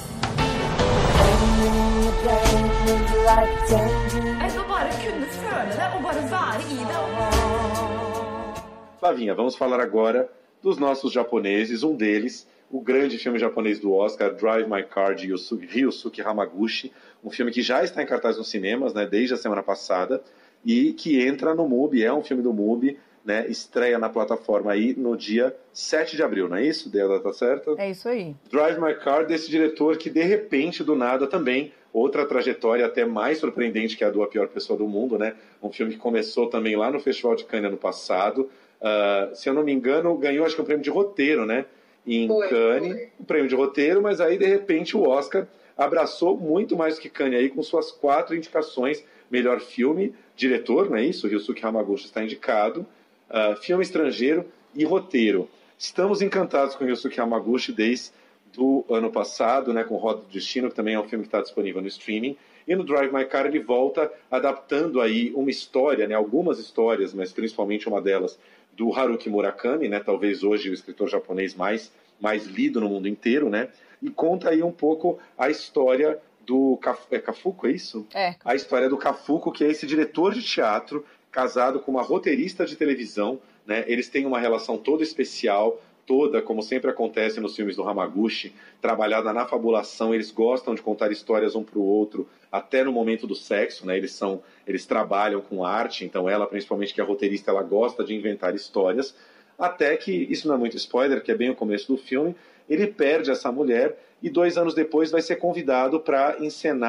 Jeg skal bare kunne føle det, og bare være i det. Flavinha, vamos falar agora dos nossos japoneses. Um deles, o grande filme japonês do Oscar, Drive My Car, de Ryosuke Hamaguchi. Um filme que já está em cartaz nos cinemas, né, desde a semana passada. E que entra no MUBI, é um filme do MUBI, né, estreia na plataforma aí no dia sete de abril, não é isso? Deu a data certa? É isso aí. Drive My Car, desse diretor que, de repente, do nada também, outra trajetória até mais surpreendente que a do A Pior Pessoa do Mundo, né? Um filme que começou também lá no Festival de Cannes ano passado. Uh, se eu não me engano, ganhou acho que um prêmio de roteiro, né? Em foi, Cannes, foi. um prêmio de roteiro, mas aí, de repente, o Oscar abraçou muito mais do que Cannes aí, com suas quatro indicações. Melhor filme, diretor, não é isso? Ryosuke Hamaguchi está indicado. Uh, filme estrangeiro e roteiro. Estamos encantados com Ryosuke Hamaguchi desde o ano passado, né, com Roda do Destino, que também é um filme que está disponível no streaming. E no Drive My Car ele volta adaptando aí uma história, né, algumas histórias, mas principalmente uma delas, do Haruki Murakami, né, talvez hoje o escritor japonês mais, mais lido no mundo inteiro, né, e conta aí um pouco a história do Kaf- é Kafuko, é isso? É. A história do Kafuko, que é esse diretor de teatro casado com uma roteirista de televisão, né? Eles têm uma relação toda especial, toda, como sempre acontece nos filmes do Hamaguchi, trabalhada na fabulação. Eles gostam de contar histórias um para o outro, até no momento do sexo, né? Eles são, eles trabalham com arte, então ela, principalmente que é roteirista, ela gosta de inventar histórias, até que, isso não é muito spoiler, que é bem o começo do filme, ele perde essa mulher e dois anos depois vai ser convidado para encenar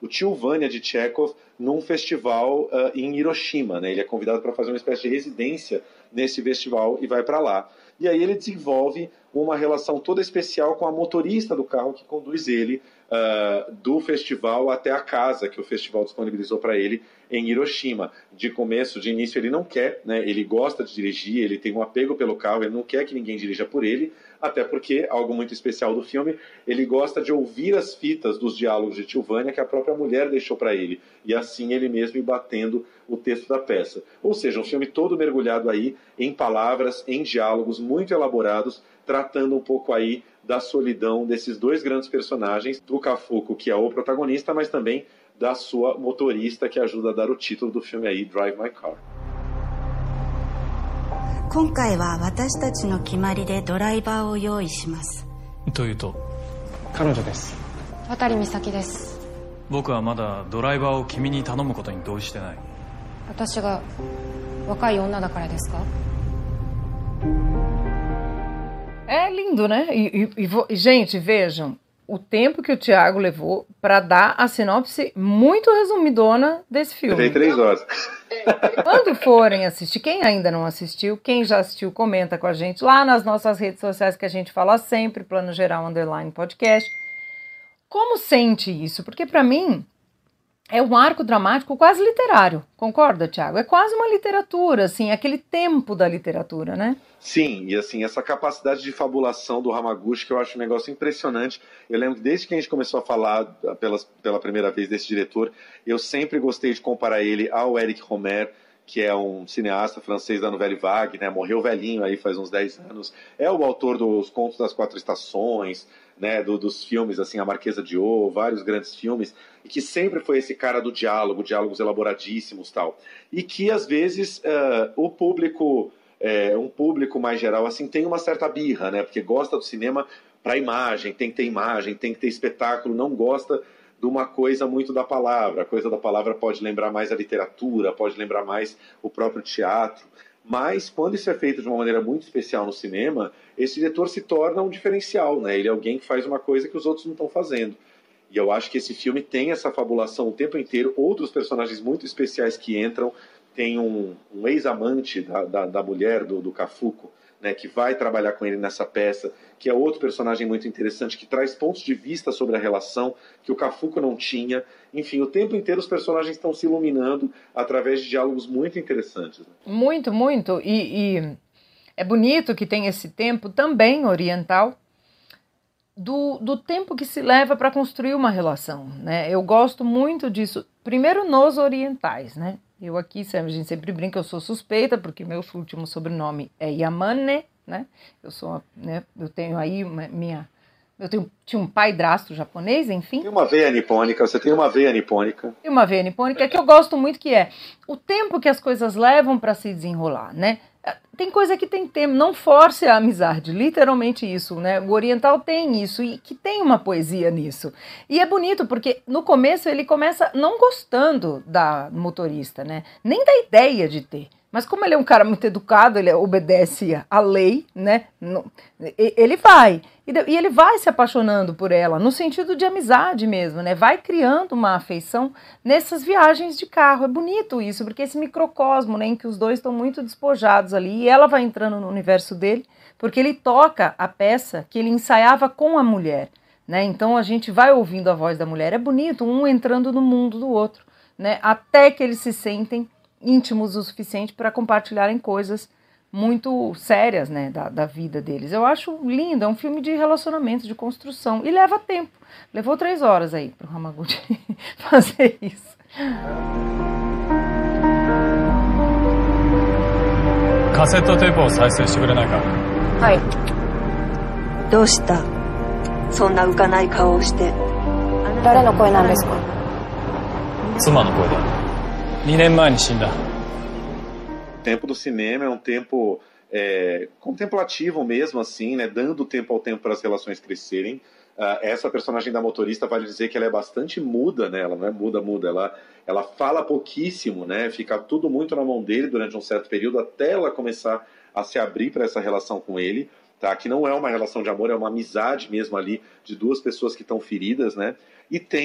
o tio Vanya de Chekhov num festival uh, em Hiroshima, né? Ele é convidado para fazer uma espécie de residência nesse festival e vai para lá. E aí ele desenvolve uma relação toda especial com a motorista do carro que conduz ele uh, do festival até a casa que o festival disponibilizou para ele em Hiroshima. De começo, de início, ele não quer, né? Ele gosta de dirigir, ele tem um apego pelo carro, ele não quer que ninguém dirija por ele, até porque, algo muito especial do filme, ele gosta de ouvir as fitas dos diálogos de Tio Vanya que a própria mulher deixou para ele, e assim ele mesmo ir batendo o texto da peça. Ou seja, um filme todo mergulhado aí em palavras, em diálogos muito elaborados, tratando um pouco aí da solidão desses dois grandes personagens, do Kafuku, que é o protagonista, mas também da sua motorista, que ajuda a dar o título do filme aí, Drive My Car. 今回は私たちの決まりでドライバーを用意します。 というと、 彼女です。 渡美咲です。 僕はまだドライバーを君に頼むことに同意してない。 私が若い女だからですか? É lindo, né? E, e, e, gente, vejam o tempo que o Thiago levou para dar a sinopse muito resumidona desse filme. Tem três horas. Quando forem assistir, quem ainda não assistiu, quem já assistiu, comenta com a gente lá nas nossas redes sociais que a gente fala sempre, Plano Geral Underline Podcast. Como sente isso? Porque para mim é um arco dramático quase literário, concorda, Thiago? É quase uma literatura, assim, aquele tempo da literatura, né? Sim, e assim, essa capacidade de fabulação do Hamaguchi, que eu acho um negócio impressionante. Eu lembro que desde que a gente começou a falar pelas, pela primeira vez desse diretor, eu sempre gostei de comparar ele ao Eric Romer, que é um cineasta francês da Nouvelle Vague, né? Morreu velhinho aí faz uns dez anos. É o autor dos Contos das Quatro Estações, né? Do, dos filmes, assim, A Marquesa de O, vários grandes filmes, e que sempre foi esse cara do diálogo, diálogos elaboradíssimos e tal. E que, às vezes, uh, o público... É, um público mais geral assim tem uma certa birra, né? Porque gosta do cinema para imagem, tem que ter imagem, tem que ter espetáculo, não gosta de uma coisa muito da palavra. A coisa da palavra pode lembrar mais a literatura, pode lembrar mais o próprio teatro. Mas quando isso é feito de uma maneira muito especial no cinema, esse diretor se torna um diferencial, né? Ele é alguém que faz uma coisa que os outros não estão fazendo. E eu acho que esse filme tem essa fabulação o tempo inteiro, outros personagens muito especiais que entram. Tem um, um ex-amante da, da, da mulher, do, do Kafuku, né, que vai trabalhar com ele nessa peça, que é outro personagem muito interessante, que traz pontos de vista sobre a relação que o Kafuku não tinha. Enfim, o tempo inteiro os personagens estão se iluminando através de diálogos muito interessantes. Né? Muito, muito. E, e é bonito que tem esse tempo também oriental, do, do tempo que se leva para construir uma relação. Né? Eu gosto muito disso, primeiro nos orientais, né? Eu aqui, a gente sempre brinca, eu sou suspeita, porque meu último sobrenome é Yamane, né? Eu sou, né? Eu tenho aí uma, minha... Eu tenho, tinha um padrasto japonês, enfim. Tem uma veia nipônica, você tem uma veia nipônica. Tem uma veia nipônica que eu gosto muito, que é o tempo que as coisas levam para se desenrolar, né? Tem coisa que tem tempo, não force a amizade, literalmente isso, né? O oriental tem isso, e que tem uma poesia nisso. E é bonito, porque no começo ele começa não gostando da motorista, né? Nem da ideia de ter. Mas como ele é um cara muito educado, ele obedece à lei, né? Ele vai. E ele vai se apaixonando por ela, no sentido de amizade mesmo, né? Vai criando uma afeição nessas viagens de carro. É bonito isso, porque esse microcosmo, né, em que os dois estão muito despojados ali, e ela vai entrando no universo dele, porque ele toca a peça que ele ensaiava com a mulher, né? Então a gente vai ouvindo a voz da mulher. É bonito, um entrando no mundo do outro, né? Até que eles se sentem íntimos o suficiente para compartilharem coisas muito sérias, né, da, da vida deles. Eu acho lindo, é um filme de relacionamento, de construção, e leva tempo. Levou três horas aí para o Hamaguchi fazer isso. カセットテープを再生してくれないか。 はい。 どうした？そんな浮かない顔をして。 誰の声なんですか？ 妻の声だ。にねんまえに死んだ。 O tempo do cinema é um tempo é, contemplativo mesmo, assim, né? Dando tempo ao tempo para as relações crescerem. Uh, essa personagem da motorista, vale dizer que ela é bastante muda, né? Ela não é muda, muda. Ela, ela fala pouquíssimo, né? Fica tudo muito na mão dele durante um certo período, até ela começar a se abrir para essa relação com ele, tá? Que não é uma relação de amor, é uma amizade mesmo ali de duas pessoas que estão feridas, né? E tem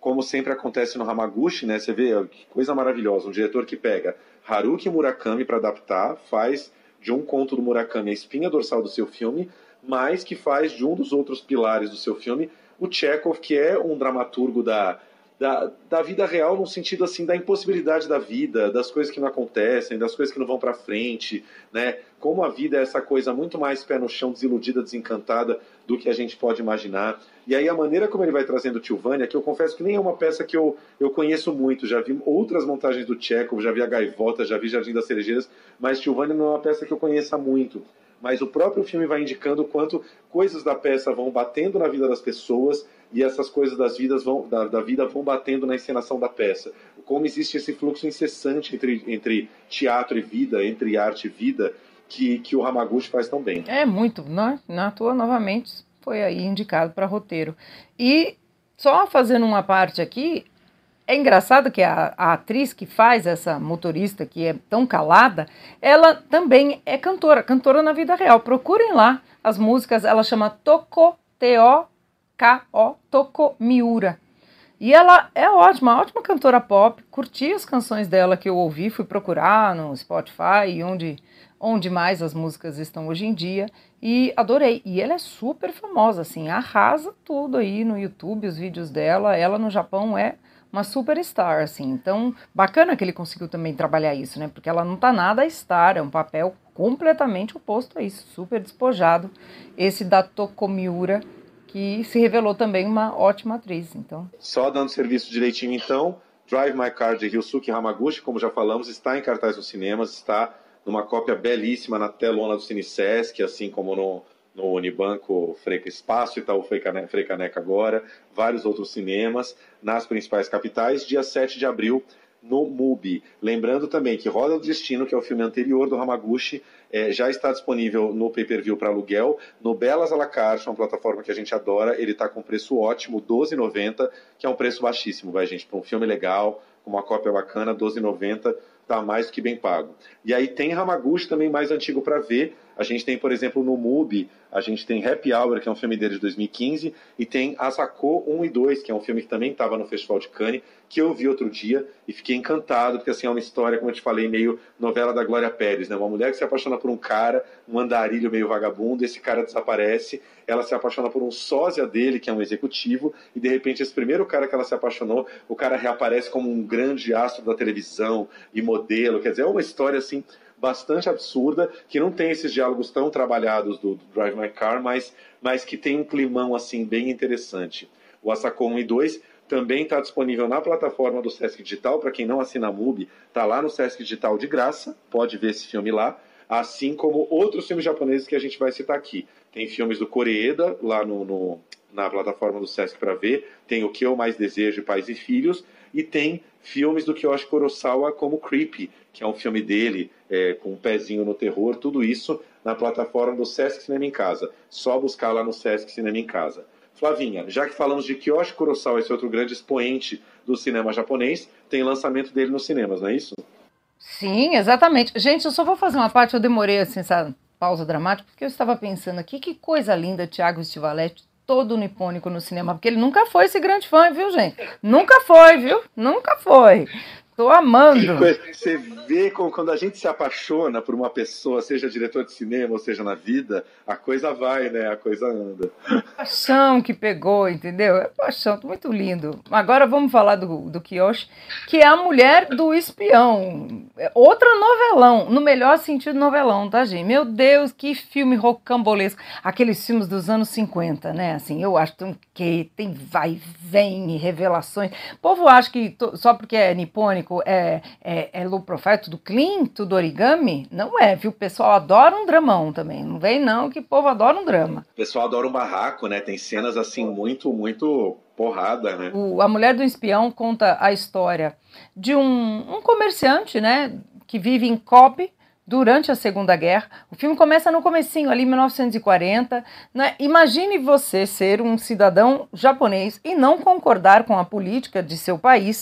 como sempre acontece no Hamaguchi, né? Você vê que coisa maravilhosa, um diretor que pega Haruki Murakami para adaptar, faz de um conto do Murakami a espinha dorsal do seu filme, mas que faz de um dos outros pilares do seu filme o Chekhov, que é um dramaturgo da, da, da vida real, no sentido assim da impossibilidade da vida, das coisas que não acontecem, das coisas que não vão para frente, né? Como a vida é essa coisa muito mais pé no chão, desiludida, desencantada do que a gente pode imaginar. E aí a maneira como ele vai trazendo Tilvânia, que eu confesso que nem é uma peça que eu, eu conheço muito, já vi outras montagens do Chekhov, já vi a Gaivota, já vi Jardim das Cerejeiras, mas Tilvânia não é uma peça que eu conheça muito. Mas o próprio filme vai indicando o quanto coisas da peça vão batendo na vida das pessoas e essas coisas das vidas vão, da, da vida vão batendo na encenação da peça. Como existe esse fluxo incessante entre, entre teatro e vida, entre arte e vida, que, que o Hamaguchi faz tão bem. É muito, né? Na toa, novamente, foi aí indicado para roteiro. E só fazendo uma parte aqui, é engraçado que a, a atriz que faz essa motorista, que é tão calada, ela também é cantora, cantora na vida real. Procurem lá as músicas, ela chama Toko, T O K O, Toko Miura. E ela é ótima, ótima cantora pop, curti as canções dela que eu ouvi, fui procurar no Spotify e onde, onde mais as músicas estão hoje em dia, e adorei. E ela é super famosa, assim, arrasa tudo aí no YouTube, os vídeos dela, ela no Japão é uma superstar, assim, então bacana que ele conseguiu também trabalhar isso, né, porque ela não tá nada a star, é um papel completamente oposto a isso, super despojado, esse da Toko Miura, que se revelou também uma ótima atriz, então. Só dando serviço direitinho, então, Drive My Car de Ryusuke Hamaguchi, como já falamos, está em cartaz nos cinemas, está numa cópia belíssima na telona do Cine Sesc, assim como no no Unibanco Freca Espaço, Itaú Frei Caneca agora, vários outros cinemas nas principais capitais, dia sete de abril no MUBI. Lembrando também que Roda do Destino, que é o filme anterior do Hamaguchi, é, já está disponível no pay-per-view para aluguel, no Belas à la carte, uma plataforma que a gente adora, ele está com preço ótimo, doze reais e noventa centavos, que é um preço baixíssimo, vai gente, para um filme legal, com uma cópia bacana, doze reais e noventa centavos, está mais do que bem pago. E aí tem Hamaguchi também mais antigo para ver, a gente tem, por exemplo, no MUBI, a gente tem Happy Hour, que é um filme dele de dois mil e quinze, e tem Asako um e dois, que é um filme que também estava no Festival de Cannes, que eu vi outro dia e fiquei encantado, porque assim, é uma história, como eu te falei, meio novela da Glória Pérez, né? Uma mulher que se apaixona por um cara, um andarilho meio vagabundo, esse cara desaparece, ela se apaixona por um sósia dele, que é um executivo, e de repente esse primeiro cara que ela se apaixonou, o cara reaparece como um grande astro da televisão e modelo, quer dizer, é uma história assim bastante absurda, que não tem esses diálogos tão trabalhados do, do Drive My Car, mas, mas que tem um climão assim bem interessante. O Asako um e dois também está disponível na plataforma do Sesc Digital, para quem não assina a MUBI, está lá no Sesc Digital de graça, pode ver esse filme lá, assim como outros filmes japoneses que a gente vai citar aqui. Tem filmes do Koreeda lá no, no, na plataforma do Sesc para ver, tem O Que Eu Mais Desejo, Pais e Filhos, e tem filmes do Kiyoshi Kurosawa como Creepy, que é um filme dele, é, com um pezinho no terror, tudo isso na plataforma do Sesc Cinema em Casa. Só buscar lá no Sesc Cinema em Casa. Flavinha, já que falamos de Kiyoshi Kurosawa, esse outro grande expoente do cinema japonês, tem lançamento dele nos cinemas, não é isso? Sim, exatamente. Gente, eu só vou fazer uma parte, eu demorei assim, essa pausa dramática, porque eu estava pensando aqui, que coisa linda, Thiago Stivaletti, todo nipônico no cinema, porque ele nunca foi esse grande fã, viu, gente? Nunca foi, viu? Nunca foi. Tô amando. Você vê como, quando a gente se apaixona por uma pessoa, seja diretor de cinema ou seja na vida, a coisa vai, né? A coisa anda. Paixão que pegou, entendeu? É paixão, muito lindo. Agora vamos falar do, do Kiyoshi, que é a mulher do espião. Outra novelão, no melhor sentido novelão, tá, gente? Meu Deus, que filme rocambolesco. Aqueles filmes dos anos cinquenta, né? Assim, eu acho que tem vai e vem, revelações. O povo acha que to, só porque é nipônico É, é, é low profile, tudo clean, tudo origami? Não é, viu? O pessoal adora um dramão também. Não vem não que o povo adora um drama. O pessoal adora um barraco, né? Tem cenas assim muito, muito porrada, né? O, a Mulher do Espião conta a história de um, um comerciante, né? Que vive em Kobe durante a Segunda Guerra. O filme começa no comecinho, ali em mil novecentos e quarenta. Né? Imagine você ser um cidadão japonês e não concordar com a política de seu país,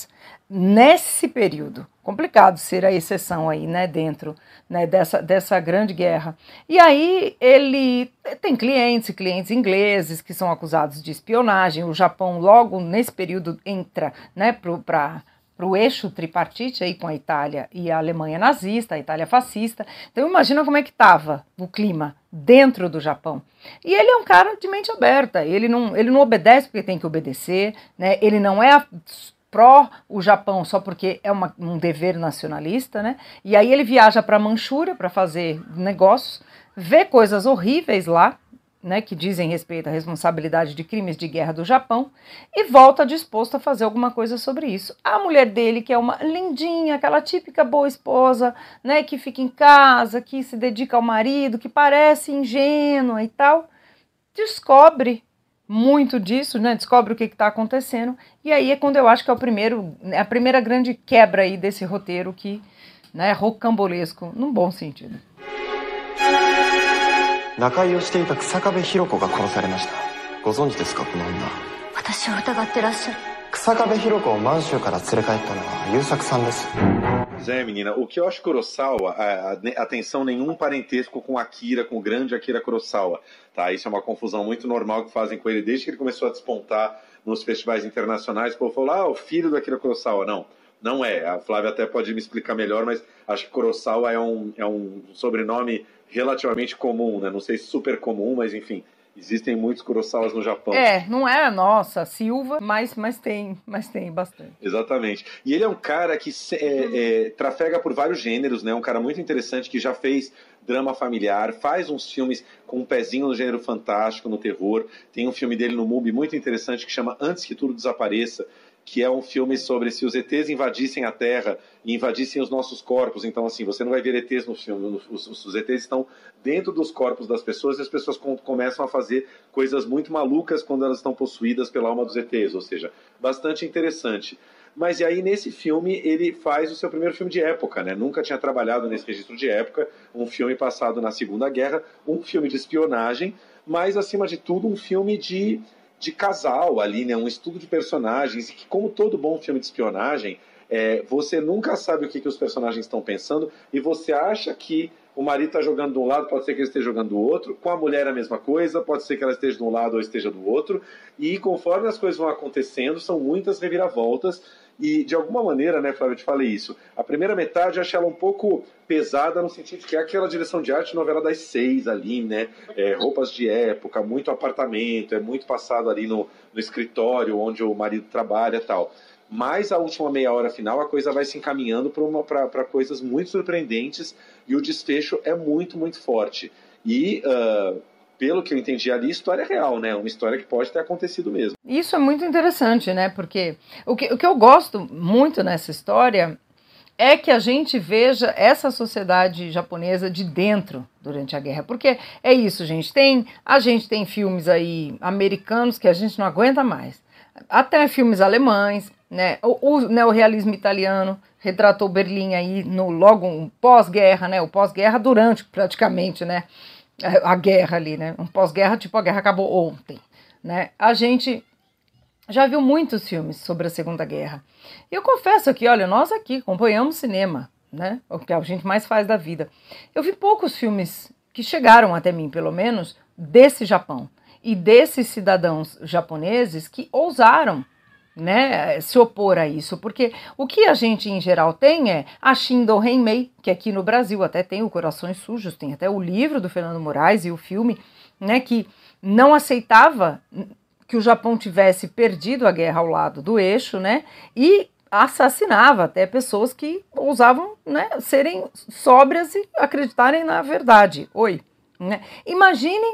nesse período. Complicado ser a exceção aí, né, dentro, né, dessa, dessa grande guerra. E aí ele tem clientes, clientes ingleses que são acusados de espionagem. O Japão logo nesse período entra, né, para para o eixo tripartite aí com a Itália e a Alemanha nazista, a Itália fascista. Então imagina como é que estava o clima dentro do Japão. E ele é um cara de mente aberta, ele não, ele não obedece porque tem que obedecer, né? Ele não é pró o Japão só porque é uma, um dever nacionalista, né? E aí ele viaja para a Manchúria para fazer negócios, vê coisas horríveis lá, né, que dizem respeito à responsabilidade de crimes de guerra do Japão, e volta disposto a fazer alguma coisa sobre isso. A mulher dele, que é uma lindinha, aquela típica boa esposa, né, que fica em casa, que se dedica ao marido, que parece ingênua e tal, descobre muito disso, né, descobre o que está acontecendo, e aí é quando eu acho que é o primeiro, a primeira grande quebra aí desse roteiro que, né, é rocambolesco, num bom sentido. 仲居をしていた草壁弘子が殺されました。ご存知ですか、この女。 私を疑ってらっしゃる。 草壁弘子を満州から連れ帰ったのは優作さんです。 Zé, menina, o que eu acho Kurosawa, a, a, atenção, nenhum parentesco com Akira, com o grande Akira Kurosawa, tá? Isso é uma confusão muito normal que fazem com ele desde que ele começou a despontar nos festivais internacionais. O povo falou, ah, o filho do Akira Kurosawa. Não, não é. A Flávia até pode me explicar melhor, mas acho que Kurosawa é um, é um sobrenome relativamente comum, né? Não sei se super comum, mas enfim, existem muitos Kurosawas no Japão. É, não é a nossa Silva, mas, mas tem, mas tem bastante. Exatamente. E ele é um cara que é, é, trafega por vários gêneros, né? Um cara muito interessante que já fez drama familiar, faz uns filmes com um pezinho no gênero fantástico, no terror. Tem um filme dele no MUBI muito interessante que chama Antes que Tudo Desapareça, que é um filme sobre se os E Tês invadissem a Terra e invadissem os nossos corpos. Então, assim, você não vai ver E Tês no filme, os, os E Tês estão dentro dos corpos das pessoas e as pessoas com, começam a fazer coisas muito malucas quando elas estão possuídas pela alma dos E Tês, ou seja, bastante interessante. Mas e aí, nesse filme, ele faz o seu primeiro filme de época, né? Nunca tinha trabalhado nesse registro de época, um filme passado na Segunda Guerra, um filme de espionagem, mas, acima de tudo, um filme de... de casal ali, né? Um estudo de personagens, e que, como todo bom filme de espionagem, é, você nunca sabe o que, que os personagens estão pensando, e você acha que o marido está jogando de um lado, pode ser que ele esteja jogando do outro, com a mulher a mesma coisa, pode ser que ela esteja de um lado ou esteja do outro, e conforme as coisas vão acontecendo, são muitas reviravoltas, e de alguma maneira, né, Flávio, eu te falei isso, a primeira metade eu achei ela um pouco pesada, no sentido de que é aquela direção de arte novela das seis ali, né, é, roupas de época, muito apartamento, é muito passado ali no, no escritório onde o marido trabalha e tal. Mas a última meia hora final a coisa vai se encaminhando para coisas muito surpreendentes e o desfecho é muito, muito forte. E, uh, pelo que eu entendi ali, a história é real, né? Uma história que pode ter acontecido mesmo. Isso é muito interessante, né? Porque o que, o que eu gosto muito nessa história é que a gente veja essa sociedade japonesa de dentro durante a guerra. Porque é isso, gente. Tem, a gente tem filmes aí americanos que a gente não aguenta mais. Até filmes alemães, né? O, o neorrealismo italiano retratou Berlim aí no logo um pós-guerra, né? O pós-guerra durante praticamente, né? A, a guerra ali, né? Um pós-guerra tipo a guerra acabou ontem, né? A gente já viu muitos filmes sobre a Segunda Guerra. E eu confesso que, olha, nós aqui acompanhamos cinema, né? O que a gente mais faz da vida. Eu vi poucos filmes que chegaram até mim, pelo menos, desse Japão. E desses cidadãos japoneses que ousaram, né, se opor a isso, porque o que a gente em geral tem é a Shindo Henmei, que aqui no Brasil até tem o Corações Sujos, tem até o livro do Fernando Moraes e o filme, né, que não aceitava que o Japão tivesse perdido a guerra ao lado do eixo, né, e assassinava até pessoas que ousavam, né, serem sóbrias e acreditarem na verdade. Oi, né? Imaginem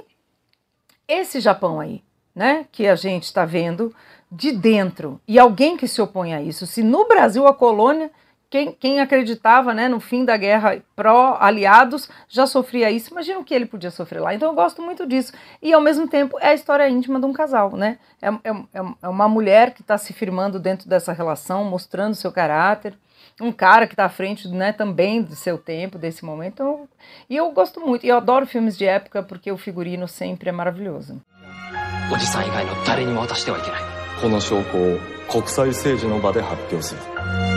esse Japão aí, né, que a gente está vendo de dentro, e alguém que se opõe a isso. Se no Brasil a colônia, quem, quem acreditava, né, no fim da guerra pró-aliados já sofria isso, imagina o que ele podia sofrer lá. Então eu gosto muito disso. E ao mesmo tempo é a história íntima de um casal, né? É, é, é uma mulher que está se firmando dentro dessa relação, mostrando seu caráter, um cara que está à frente, né, também do seu tempo, desse momento. Então, e eu gosto muito, e eu adoro filmes de época porque o figurino sempre é maravilhoso. おじさん以外の誰にも渡してはいけない。 この証拠を国際政治の場で発表する。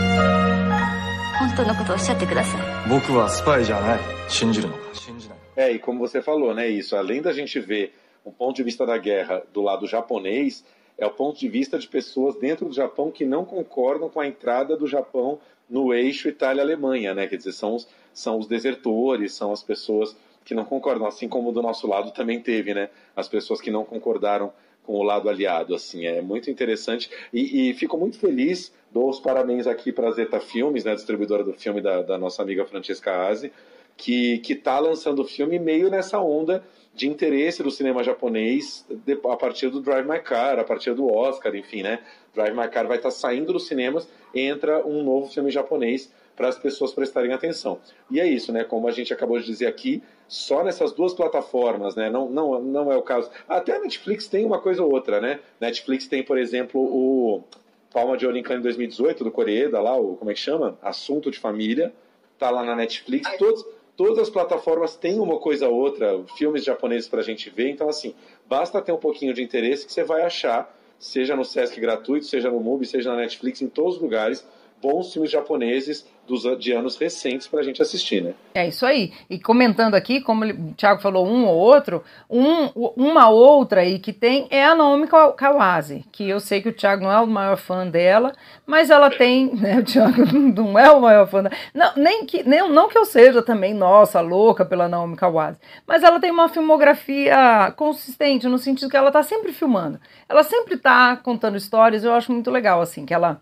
当のことをおっしゃってください。 僕はスパイじゃない。信じるのか信じない。 É, e como você falou, né, isso, além da gente ver o ponto de vista da guerra do lado japonês, é o ponto de vista de pessoas dentro do Japão que não concordam com a entrada do Japão no eixo Itália-Alemanha, né? Quer dizer, são os, são os desertores, são as pessoas que não concordam, assim como do nosso lado também teve, né? As pessoas que não concordaram com o lado aliado, assim, é muito interessante. E, e fico muito feliz, dou os parabéns aqui para a Zeta Filmes, né, distribuidora do filme da, da nossa amiga Francesca Aze, que está lançando o filme meio nessa onda de interesse do cinema japonês de, a partir do Drive My Car, a partir do Oscar, enfim, né? Drive My Car vai estar tá saindo dos cinemas, entra um novo filme japonês para as pessoas prestarem atenção. E é isso, né? Como a gente acabou de dizer aqui, só nessas duas plataformas, né? Não, não, não é o caso. Até a Netflix tem uma coisa ou outra, né? Netflix tem, por exemplo, o Palma de Ouro em Cannes dois mil e dezoito, do Koreeda, lá, o, como é que chama? Assunto de Família, tá lá na Netflix, todos... Todas as plataformas têm uma coisa ou outra, filmes japoneses pra gente ver, então assim, basta ter um pouquinho de interesse que você vai achar, seja no Sesc gratuito, seja no Mubi, seja na Netflix, em todos os lugares, bons filmes japoneses dos, de anos recentes pra gente assistir, né? É isso aí. E comentando aqui, como o Thiago falou um ou outro, um, uma outra aí que tem é a Naomi Kawase, que eu sei que o Thiago não é o maior fã dela, mas ela tem, né, o Thiago não é o maior fã dela, não, nem que, nem, não que eu seja também, nossa, louca pela Naomi Kawase, mas ela tem uma filmografia consistente, no sentido que ela tá sempre filmando, ela sempre tá contando histórias, eu acho muito legal, assim, que ela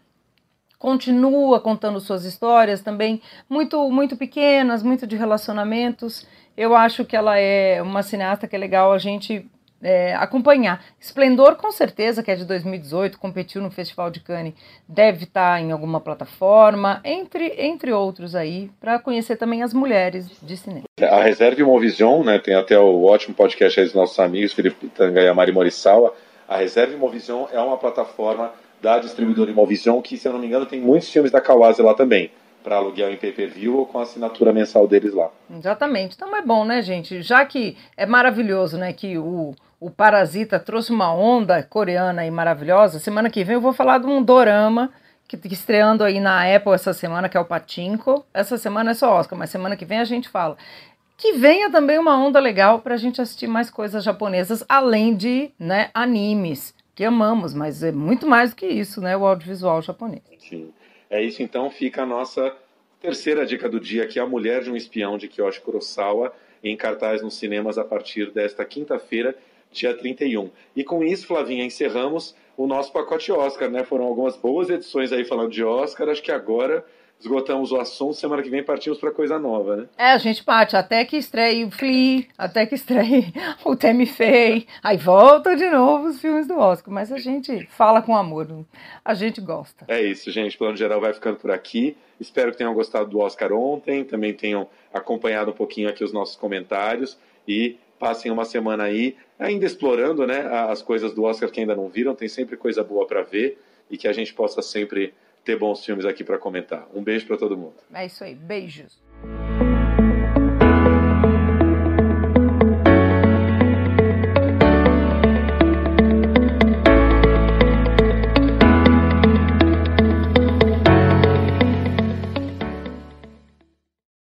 continua contando suas histórias também, muito, muito pequenas, muito de relacionamentos. Eu acho que ela é uma cineasta que é legal a gente é, acompanhar. Esplendor, com certeza, que é de dois mil e dezoito, competiu no Festival de Cannes, deve estar em alguma plataforma, entre, entre outros aí, para conhecer também as mulheres de cinema. A Reserve Movision, né, tem até o ótimo podcast aí dos nossos amigos, Felipe Tanga e a Mari Morisawa. A Reserve Movision é uma plataforma da distribuidora Imovision, que, se eu não me engano, tem muitos filmes da Kawase lá também, para aluguel em pay-per-view ou com a assinatura mensal deles lá. Exatamente. Então é bom, né, gente? Já que é maravilhoso, né, que o, o Parasita trouxe uma onda coreana e maravilhosa, semana que vem eu vou falar de um dorama que, que estreando aí na Apple essa semana, que é o Pachinko. Essa semana é só Oscar, mas semana que vem a gente fala. Que venha também uma onda legal para a gente assistir mais coisas japonesas, além de, né, animes, que amamos, mas é muito mais do que isso, né, o audiovisual japonês. Sim. É isso, então, fica a nossa terceira dica do dia, que é A Mulher de um Espião, de Kiyoshi Kurosawa, em cartaz nos cinemas a partir desta quinta-feira, dia trinta e um. E com isso, Flavinha, encerramos o nosso pacote Oscar, né? Foram algumas boas edições aí falando de Oscar, acho que agora esgotamos o assunto, semana que vem partimos para coisa nova, né? É, a gente parte até que estreie o Flea, até que estreie o Tammy Faye, aí volta de novo os filmes do Oscar, mas a gente fala com amor, a gente gosta. É isso, gente, o Plano Geral vai ficando por aqui, espero que tenham gostado do Oscar ontem, também tenham acompanhado um pouquinho aqui os nossos comentários e passem uma semana aí, ainda explorando, né, as coisas do Oscar que ainda não viram, tem sempre coisa boa para ver e que a gente possa sempre ter bons filmes aqui para comentar. Um beijo para todo mundo. É isso aí, beijos.